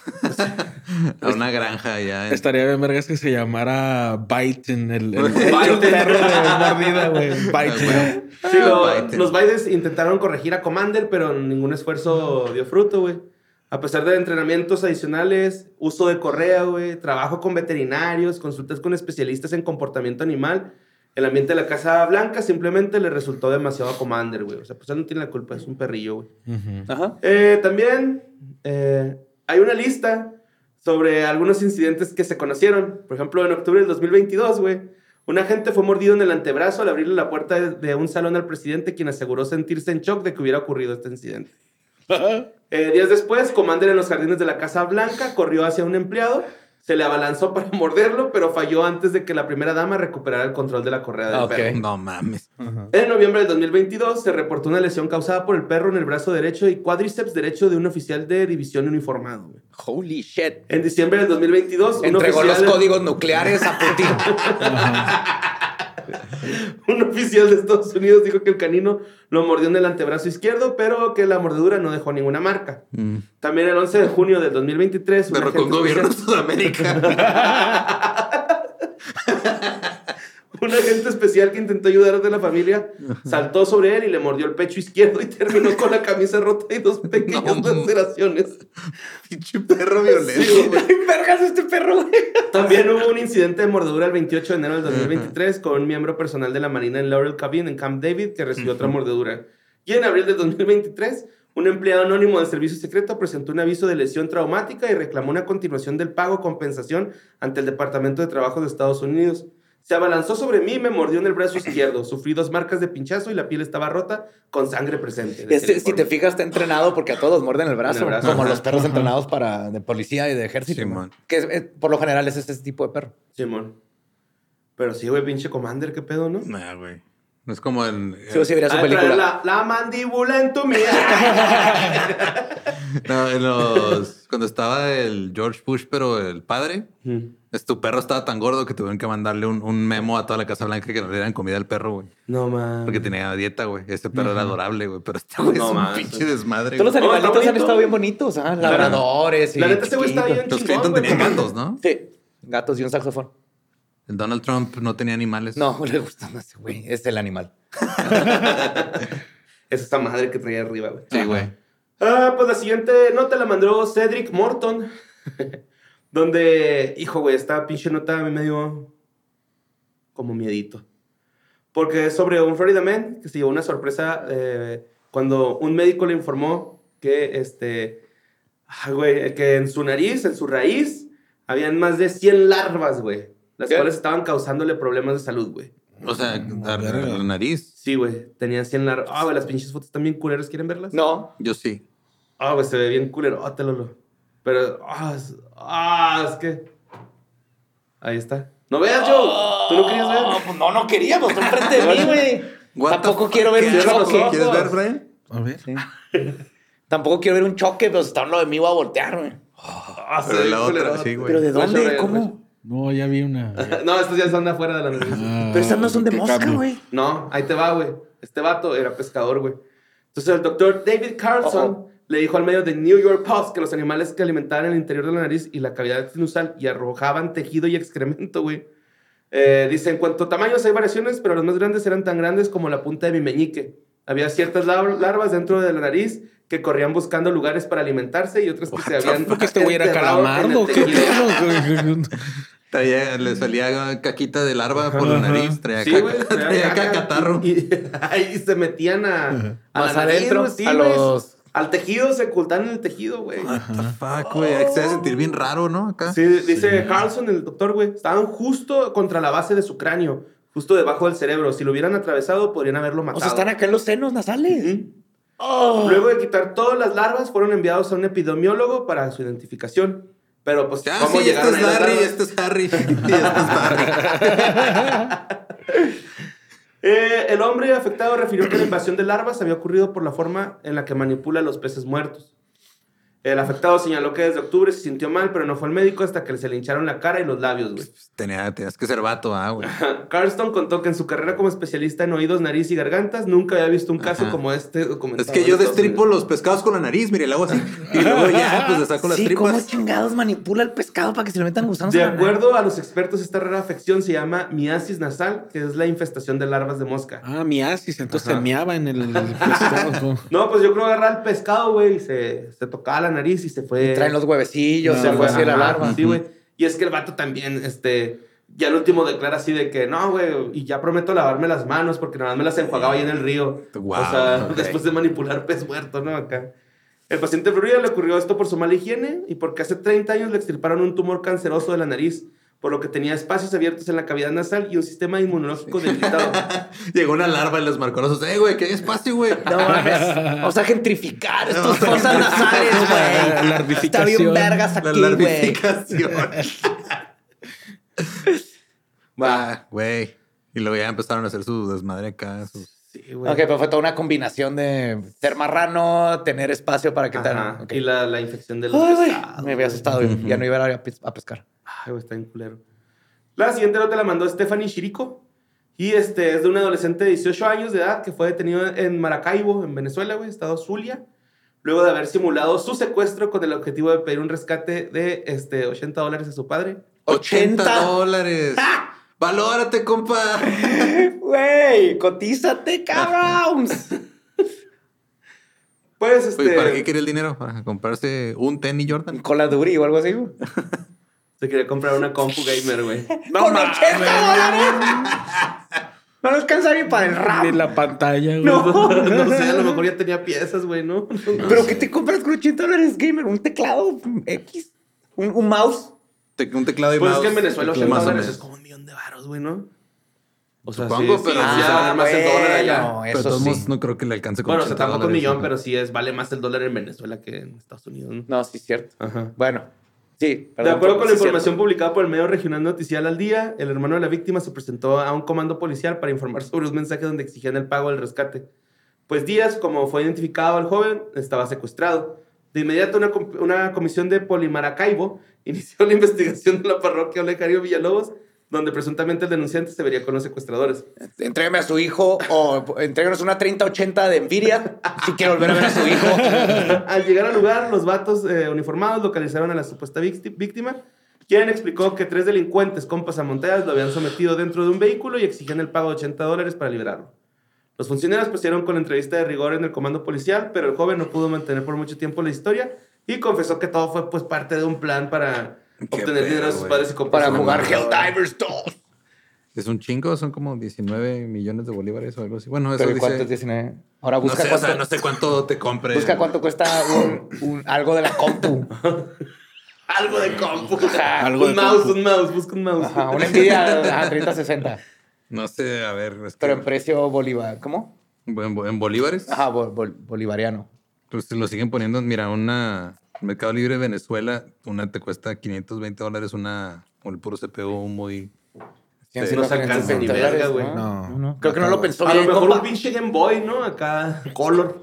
una granja allá. Estaría bien vergas que se llamara Biden, el Biden. perro de mordida, güey. Biden. Sí, Biden. los Bidens intentaron corregir a Commander, pero ningún esfuerzo dio fruto, güey. A pesar de entrenamientos adicionales, uso de correa, güey, trabajo con veterinarios, consultas con especialistas en comportamiento animal, el ambiente de la Casa Blanca simplemente le resultó demasiado a Commander, güey. O sea, pues él no tiene la culpa, es un perrillo, güey. Ajá. También hay una lista sobre algunos incidentes que se conocieron. Por ejemplo, en octubre del 2022, güey, un agente fue mordido en el antebrazo al abrirle la puerta de un salón al presidente, quien aseguró sentirse en shock de que hubiera ocurrido este incidente. Días después, Commander en los jardines de la Casa Blanca corrió hacia un empleado, se le abalanzó para morderlo, pero falló antes de que la primera dama recuperara el control de la correa del Ok. perro. No mames. En noviembre del 2022 se reportó una lesión causada por el perro en el brazo derecho y cuádriceps derecho de un oficial de división uniformado, güey. Holy shit. En diciembre del 2022, un Entregó los oficial, códigos nucleares a Putin. un oficial de Estados Unidos dijo que el canino lo mordió en el antebrazo izquierdo, pero que la mordedura no dejó ninguna marca. También el 11 de junio del 2023... un Pero agente con gobierno de especial- Sudamérica. Un agente especial que intentó ayudar a la familia saltó sobre él y le mordió el pecho izquierdo y terminó con la camisa rota y dos pequeñas No. laceraciones. Pinche perro violento. Sí, güey. Vergas este perro, güey. También hubo un incidente de mordedura el 28 de enero del 2023 con un miembro personal de la Marina en Laurel Cabin, en Camp David, que recibió otra mordedura. Y en abril del 2023, un empleado anónimo del servicio secreto presentó un aviso de lesión traumática y reclamó una continuación del pago o compensación ante el Departamento de Trabajo de Estados Unidos. Se abalanzó sobre mí y me mordió en el brazo izquierdo. Sufrí 2 marcas de pinchazo y la piel estaba rota con sangre presente. Si te fijas, está entrenado porque a todos muerden el brazo. En el brazo. Como Ajá. los perros entrenados de policía y de ejército. Simón. ¿no? Que por lo general es ese tipo de perro. Simón. Pero sí, güey, pinche Commander, qué pedo, ¿no? Nah, güey. No es como en... Sí, sí, vería su Ah, traer película. la mandíbula en tu mía. No, cuando estaba el George Bush, pero el padre, tu perro estaba tan gordo que tuvieron que mandarle un memo a toda la Casa Blanca que no le dieran comida al perro, güey. No, man. Porque tenía dieta, güey. Este perro era adorable, güey. Pero este güey No, es un man. pinche desmadre. Todos los güey. está animalitos han bonito. estado bien bonitos. Labradores y La neta, ese güey está chiquitos. bien Los chingón, Clinton güey. tenían gatos, ¿no? Sí, gatos y un saxofón. El Donald Trump no tenía animales. No, le gusta más, güey. Es el animal. Es esta madre que traía arriba, güey. Sí, güey. Pues la siguiente nota la mandó Cedric Morton. Donde, hijo, güey, esta pinche nota a mí me dio como miedito. Porque es sobre un Florida Man que se llevó una sorpresa cuando un médico le informó que que en su nariz, en su raíz, habían más de 100 larvas, güey. Las cuales estaban causándole problemas de salud, güey. O sea, la nariz. Sí, güey. Tenían 100 larvas. Güey, las pinches fotos están bien culeras. ¿Quieren verlas? No. Yo sí. Güey, se ve bien culero. Lolo. Pero, es que... Ahí está. ¿No veas, Joe? ¿Tú no querías ver? Pues no queríamos. Enfrente de mí, güey. Tampoco quiero ver un choque. ¿Quieres ver, Brian? A ver. Sí. Tampoco quiero ver un choque, pero si está en lo de mí voy a voltear, güey. Pero la otra, sí, güey. ¿Pero de dónde? ¿Cómo? No, ya vi una. No, estos ya son de afuera de la nariz. Pero estas no son de mosca, güey. No, ahí te va, güey. Este vato era pescador, güey. Entonces el doctor David Carlson le dijo al medio de New York Post que los animales que alimentaban el interior de la nariz y la cavidad sinusal y arrojaban tejido y excremento, güey. Dice, en cuanto a tamaños hay variaciones, pero los más grandes eran tan grandes como la punta de mi meñique. Había ciertas larvas dentro de la nariz que corrían buscando lugares para alimentarse y otras que se habían... ¿Por qué este güey era calamardo? ¿Qué pedo? Le salía caquita de larva por la nariz. Traía catarro. Y ahí se metían a más la adentro, nariz, sí, a los... Al tejido, se ocultaban en el tejido, güey. What the fuck, güey. Se debe sentir bien raro, ¿no? Acá. Sí, dice Carlson, el doctor, güey. Estaban justo contra la base de su cráneo. Justo debajo del cerebro. Si lo hubieran atravesado, podrían haberlo matado. O sea, están acá en los senos nasales. Luego de quitar todas las larvas, fueron enviados a un epidemiólogo para su identificación. Pero, pues, ¿cómo llegaron este es Larry, este es Harry, y este es Barry. El hombre afectado refirió que la invasión de larvas había ocurrido por la forma en la que manipula los peces muertos. El afectado señaló que desde octubre se sintió mal, pero no fue al médico hasta que se le hincharon la cara y los labios, güey. Tenías que ser vato, güey. Carston contó que en su carrera como especialista en oídos, nariz y gargantas nunca había visto un caso como este documentado. Es que yo destripo los pescados con la nariz, mire, le hago así. Y luego ya, pues le saco las tripas. ¿Cómo chingados manipula el pescado para que se le metan gusanos? De acuerdo a los expertos, esta rara afección se llama miasis nasal, que es la infestación de larvas de mosca. Miasis. Entonces se meaba en el pescado. No, pues yo creo que agarrar el pescado, güey, y se tocaba la nariz y se fue. Y traen los huevecillos, se fue así la larva. Sí, güey. Y es que el vato también, ya al último declara así de que, no, güey, y ya prometo lavarme las manos porque nada más me las enjuagaba ahí en el río. Wow, o sea, después de manipular pez muerto, ¿no? Acá. El paciente Florida le ocurrió esto por su mala higiene y porque hace 30 años le extirparon un tumor canceroso de la nariz, por lo que tenía espacios abiertos en la cavidad nasal y un sistema inmunológico debilitado. Llegó una larva y les marcó los ojos. Güey, que hay espacio, güey. No mames. Vamos a gentrificar estas cosas nasales, güey. La larvificación. Está bien vergas aquí, güey. La larvificación. Güey. Y luego ya empezaron a hacer su desmadre acá. Sí, güey. Ok, pero fue toda una combinación de ser marrano, tener espacio para que tal. Okay. Y la infección de los pescados. Me había asustado. Ya no iba a ir a pescar. Ay, güey, está bien culero. La siguiente nota la mandó Stephanie Chirico. Y es de un adolescente de 18 años de edad que fue detenido en Maracaibo, en Venezuela, güey, estado Zulia, luego de haber simulado su secuestro con el objetivo de pedir un rescate de $80 a su padre. $80. ¡Ah! ¡Valórate, compa! Güey, cotízate, cabrón. Pues, Oye, ¿para qué quiere el dinero? ¿Para comprarse un tenis Jordan? Un Call of Duty o algo así, güey. Se quería comprar una compu gamer, güey. ¡No, ¡con $80! No le alcanza ni para el RAM. Ni la pantalla, güey. No sé, a lo mejor ya tenía piezas, güey, ¿no? ¿Pero qué te compras con $80 gamer? ¿Un teclado X? ¿Un mouse? Un teclado y pues mouse. Pues es que en Venezuela $80 es como $1,000,000, güey, ¿no? O sea, supongo, sí, pero sí se va a dar más el dólar allá. No, pero todos sí. No creo que le alcance con $80. Bueno, o sea, tampoco $1,000,000, pero sí vale más el dólar en Venezuela que en Estados Unidos, ¿no? No, sí es cierto. Ajá. Bueno, sí. Perdón, de acuerdo con la información publicada por el medio regional Noticial al Día, el hermano de la víctima se presentó a un comando policial para informar sobre un mensaje donde exigían el pago del rescate. Pues días, como fue identificado el joven, estaba secuestrado. De inmediato, una comisión de Polimaracaibo inició la investigación de la parroquia Olegario Villalobos, donde presuntamente el denunciante se vería con los secuestradores. Entrégame a su hijo o entréganos una 3080 de Nvidia si quiere volver a ver a su hijo. Al llegar al lugar, los vatos uniformados localizaron a la supuesta víctima, quien explicó que 3 delincuentes con pasamontañas lo habían sometido dentro de un vehículo y exigían el pago de $80 para liberarlo. Los funcionarios procedieron con la entrevista de rigor en el comando policial, pero el joven no pudo mantener por mucho tiempo la historia y confesó que todo fue pues parte de un plan para obtener dinero de sus padres y para jugar Helldivers 2. Es un chingo, son como 19 millones de bolívares o algo así. Bueno, eso Pero ¿cuánto dice... es 19? Ahora No busca sé, cuánto, o sea, no sé cuánto te compre. busca cuánto cuesta algo de la compu. Algo de compu. Ajá, algo un de mouse, compu. un mouse, busca un mouse. Ajá, una Nvidia 3060. No sé, a ver. Es que Pero en precio bolívar. ¿Cómo? en bolívares, Ajá, bolivariano. pues lo siguen poniendo. Mira, Mercado Libre de Venezuela, una te cuesta $520, o el puro CPU muy... Sí, no se alcanza ni verga, güey. No. Creo que no lo pensó A bien, lo mejor compa. un pinche Game Boy, ¿no? Acá, Color.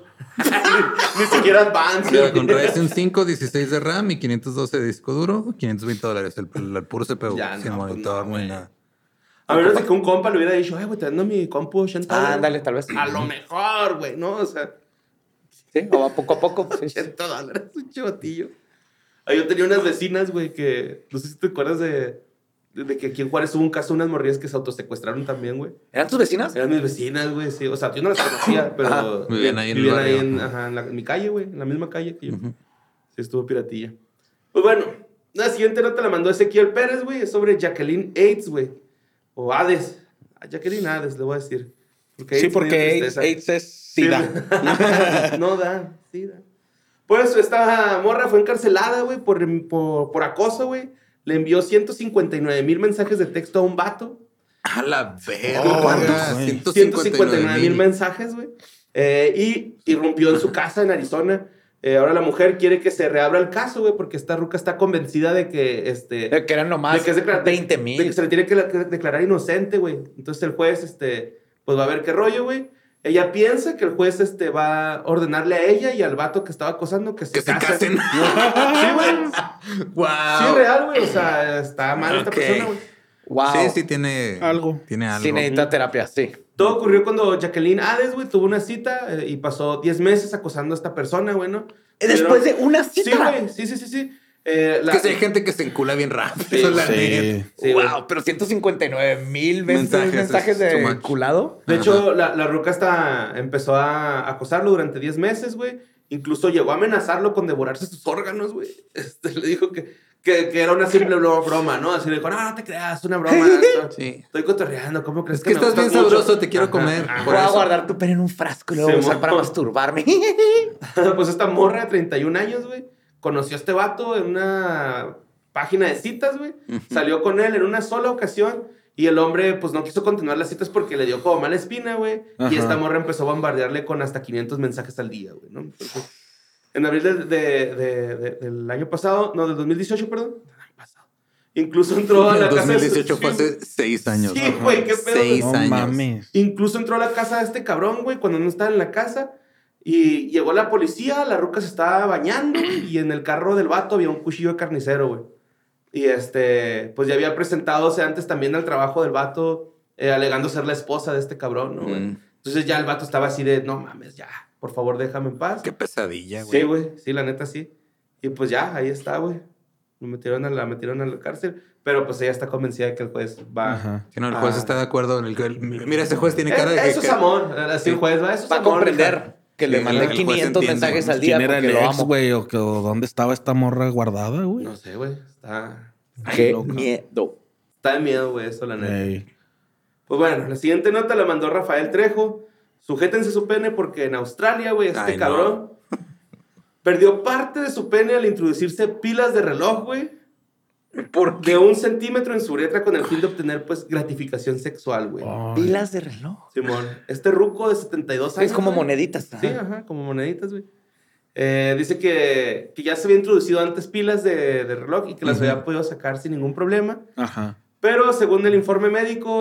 Ni siquiera Advance. Mira, con Ryzen 5, 16 de RAM y 512 de disco duro, $520. El puro CPU, Ya, sin no, pues monitor no, ni güey. nada. A menos de que un compa le hubiera dicho, güey, te vendo mi compu 80 Ah, dólares. ándale, tal vez. A lo mejor, güey, ¿no? O sea, Sí, o va poco a poco. Sí, sí. 80 dólares, un chivatillo. Yo tenía unas vecinas, güey, que... No sé si te acuerdas de que aquí en Juárez hubo un caso de unas morrillas que se autosecuestraron también, güey. ¿Eran tus vecinas? Eran mis vecinas, güey, sí. O sea, yo no las conocía, pero... Ajá. Vivían ahí en el barrio. en mi calle, güey. En la misma calle que yo. Sí, estuvo piratilla. Pues bueno, la siguiente nota la mandó Ezequiel Pérez, güey. Es sobre Jacqueline AIDS, güey. O Hades. A Jacqueline Hades, le voy a decir. Porque Sí, AIDS me dio porque tristeza. AIDS es SIDA. Sí. No da, sí da. Pues esta morra fue encarcelada, güey, por acoso, güey. Le envió 159,000 mensajes de texto a un vato. A la verga. güey. 159,000 mensajes, güey. Y irrumpió en su casa en Arizona. Ahora la mujer quiere que se reabra el caso, güey, porque esta ruca está convencida de que De que eran nomás de que es 20,000. de que se le tiene que declarar inocente, güey. Entonces el juez, pues va a ver qué rollo, güey. Ella piensa que el juez, va a ordenarle a ella y al vato que estaba acosando que se casen. Sí, güey. Wow. Sí, real, güey. O sea, está mal esta Ok. persona, güey. Wow. Sí, tiene Algo. Tiene algo. Sí necesita terapia, sí. Todo ocurrió cuando Jacqueline Hades, güey, tuvo una cita y pasó 10 meses acosando a esta persona, güey, ¿no? Después de una cita. Sí, güey. Sí. Que si hay gente que se encula bien rápido. Sí, la sí. neta. Sí, güey. Wow, pero 159,000 mensajes Mensajes, es too de much. culado. De hecho, la ruca empezó a acosarlo durante 10 meses, güey. Incluso llegó a amenazarlo con devorarse sus órganos, güey. Le dijo que era una simple broma, ¿no? Así le dijo, no te creas, es una broma. Sí. Estoy cotorreando, ¿cómo crees Es que me estás bien gustas mucho? sabroso, te quiero Ajá, comer. ajá. Por Voy a eso. guardar tu pene en un frasco y lo voy a Sí, usar para mo- masturbarme. Pues esta morra de 31 años, güey, conoció a este vato en una página de citas, güey. Salió con él en una sola ocasión y el hombre, pues, no quiso continuar las citas porque le dio como mala espina, güey. Ajá. Y esta morra empezó a bombardearle con hasta 500 mensajes al día, güey, ¿no? Entonces, en abril del año pasado, no, del 2018, perdón. Del año pasado. Incluso entró a la El casa... 2018 fue hace 6 años. Sí, güey, qué pedo. 6 No años. mames. Incluso entró a la casa de este cabrón, güey, cuando no estaba en la casa. Y llegó la policía, la ruca se estaba bañando y en el carro del vato había un cuchillo de carnicero, güey. Y pues ya había presentadose antes también al trabajo del vato, alegando ser la esposa de este cabrón, ¿no, güey? Entonces ya el vato estaba así de, no mames, ya, por favor déjame en paz. Qué pesadilla, güey. Sí, güey, sí, la neta sí. Y pues ya, ahí está, güey. La metieron a la cárcel, pero pues ella está convencida de que el juez va... Ajá. Si no, el juez está de acuerdo. Mira, ese juez tiene cara de Eso es amor, así el juez va, eso es Va a amor, comprender hija. que le Sí, mandé el juez 500 entiende. mensajes al día ¿Quién era porque el lo ex, amo. güey? ¿O dónde estaba esta morra guardada, güey? No sé, güey, está Qué loca. miedo. de miedo, güey, eso, la neta. Ey. Pues bueno, la siguiente nota la mandó Rafael Trejo. Sujétense su pene porque en Australia, güey, este Ay, no. cabrón perdió parte de su pene al introducirse pilas de reloj, güey. De 1 centímetro en su uretra con el fin de obtener, pues, gratificación sexual, güey. Ay. Pilas de reloj. Simón, este ruco de 72 años. Es como güey. moneditas. Sí, ajá, como moneditas, güey. Dice que ya se había introducido antes pilas de reloj y que las había podido sacar sin ningún problema. Ajá. Pero según el informe médico,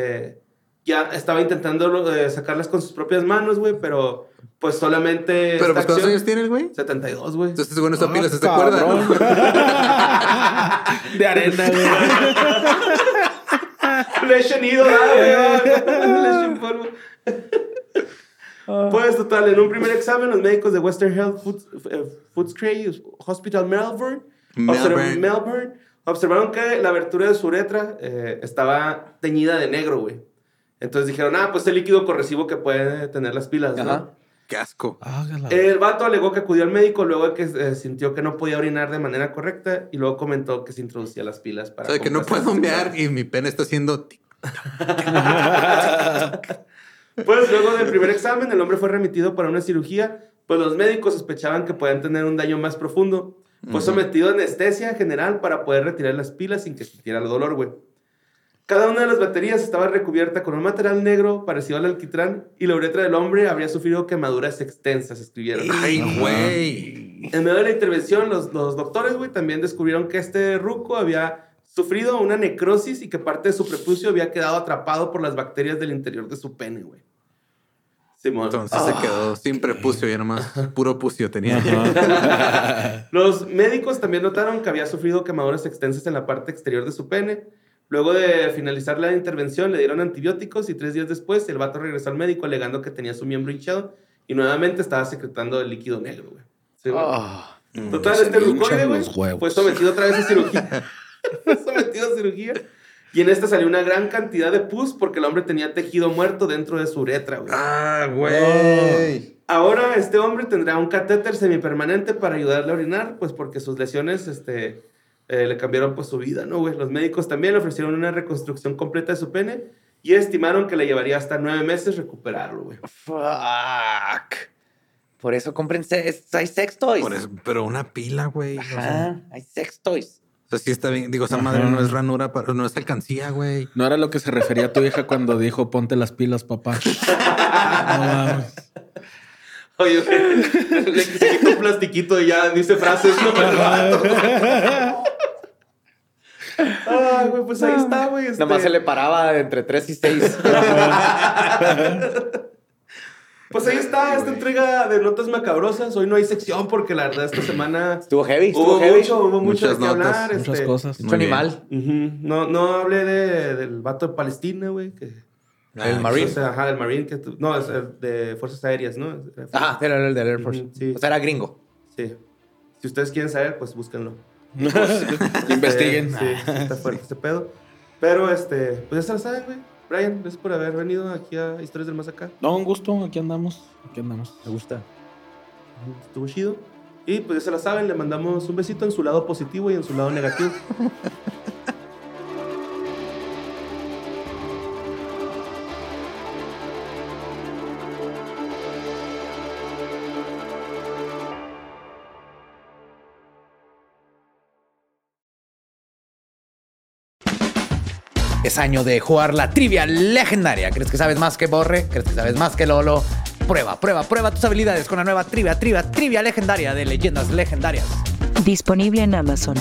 ya estaba intentando sacarlas con sus propias manos, güey, pero pues solamente... Pero esta pues, ¿cuántos acción- años tiene el güey? 72, güey. Entonces, bueno, esta pila se cabrón. acuerda, ¿no? De arena, güey. Leche nido, leche en polvo. Pues total, en un primer examen, los médicos de Western Health Footscray Hospital Melbourne observaron que la abertura de su uretra estaba teñida de negro, güey. Entonces dijeron, pues el líquido corrosivo que puede tener las pilas, ¿no? Ajá. Qué asco. Hágala. El vato alegó que acudió al médico luego de que sintió que no podía orinar de manera correcta y luego comentó que se introducía las pilas para... O sea, que no complacer puedo sexual. mear y mi pene está haciendo tic, Pues luego del primer examen, el hombre fue remitido para una cirugía, pues los médicos sospechaban que podían tener un daño más profundo. Fue sometido a anestesia general para poder retirar las pilas sin que sintiera el dolor, güey. Cada una de las baterías estaba recubierta con un material negro parecido al alquitrán y la uretra del hombre habría sufrido quemaduras extensas, escribieron. ¡Ay, güey! En medio de la intervención, los doctores, güey, también descubrieron que este ruco había sufrido una necrosis y que parte de su prepucio había quedado atrapado por las bacterias del interior de su pene, güey. Simón. Entonces se quedó sin prepucio, ya nomás puro pucio tenía. Los médicos también notaron que había sufrido quemaduras extensas en la parte exterior de su pene. Luego de finalizar la intervención, le dieron antibióticos y 3 días después el vato regresó al médico alegando que tenía su miembro hinchado y nuevamente estaba secretando el líquido negro, güey. Sí, güey. Total, este rucoide, güey, fue sometido otra vez a cirugía. Fue sometido a cirugía. Y en esta salió una gran cantidad de pus porque el hombre tenía tejido muerto dentro de su uretra, güey. ¡Ah, güey! Ahora este hombre tendrá un catéter semipermanente para ayudarle a orinar, pues porque sus lesiones le cambiaron pues su vida, ¿no, güey? Los médicos también le ofrecieron una reconstrucción completa de su pene y estimaron que le llevaría hasta 9 meses recuperarlo, güey. Fuck. Por eso cómprense, hay sex toys. Por eso, pero una pila, güey. Ajá, O sea, hay sex toys. o sea, sí está bien. Digo, esa madre no es ranura, no es alcancía, güey. No era lo que se refería a tu hija cuando dijo ponte las pilas, papá. No mames. Oye, le quito un plastiquito y ya dice frases, no me levanto. Ay, güey, pues ahí está, güey. Nomás se le paraba entre 3 y 6. Pues ahí está esta entrega de notas macabrosas. Hoy no hay sección porque la verdad esta semana Estuvo heavy. hubo mucho Muchas de qué notas, hablar. Muchas cosas. Mucho animal. No hablé del vato de Palestina, güey. El Marine. O sea, ajá, el Marine. No, es el de Fuerzas Aéreas, ¿no? Ajá, era el del Air Force. Sí. O sea, era gringo. Sí. Si ustedes quieren saber, pues búsquenlo. Investiguen. Sí, está fuerte este pedo. Pero, pues ya se lo saben, güey. Brian, gracias por haber venido aquí a Historias del Más Acá. No, un gusto. Aquí andamos. Me gusta. Estuvo chido. Y pues ya se la saben, le mandamos un besito en su lado positivo y en su lado negativo. Es año de jugar la trivia legendaria. ¿Crees que sabes más que Borre? ¿Crees que sabes más que Lolo? Prueba tus habilidades con la nueva trivia legendaria de Leyendas Legendarias. Disponible en Amazon.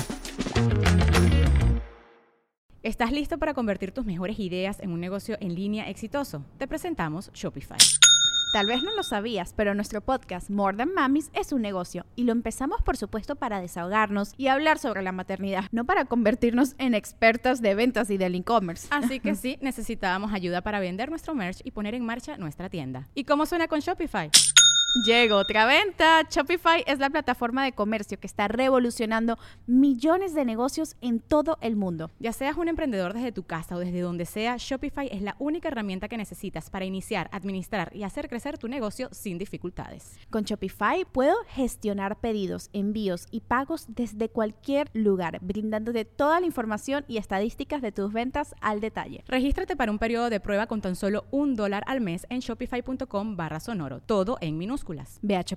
¿Estás listo para convertir tus mejores ideas en un negocio en línea exitoso? Te presentamos Shopify. Tal vez no lo sabías, pero nuestro podcast More Than Mamis es un negocio y lo empezamos por supuesto para desahogarnos y hablar sobre la maternidad, no para convertirnos en expertas de ventas y del e-commerce. Así que sí, necesitábamos ayuda para vender nuestro merch y poner en marcha nuestra tienda. ¿Y cómo suena con Shopify? Llegó otra venta. Shopify es la plataforma de comercio que está revolucionando millones de negocios en todo el mundo. Ya seas un emprendedor desde tu casa o desde donde sea, Shopify es la única herramienta que necesitas para iniciar, administrar y hacer crecer tu negocio sin dificultades. Con Shopify puedo gestionar pedidos, envíos y pagos desde cualquier lugar, brindándote toda la información y estadísticas de tus ventas al detalle. Regístrate para un periodo de prueba con tan solo $1 al mes en shopify.com/sonoro, todo en minúsculas. Ve a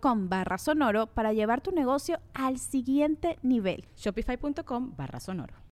shopify.com/sonoro para llevar tu negocio al siguiente nivel. Shopify.com/sonoro.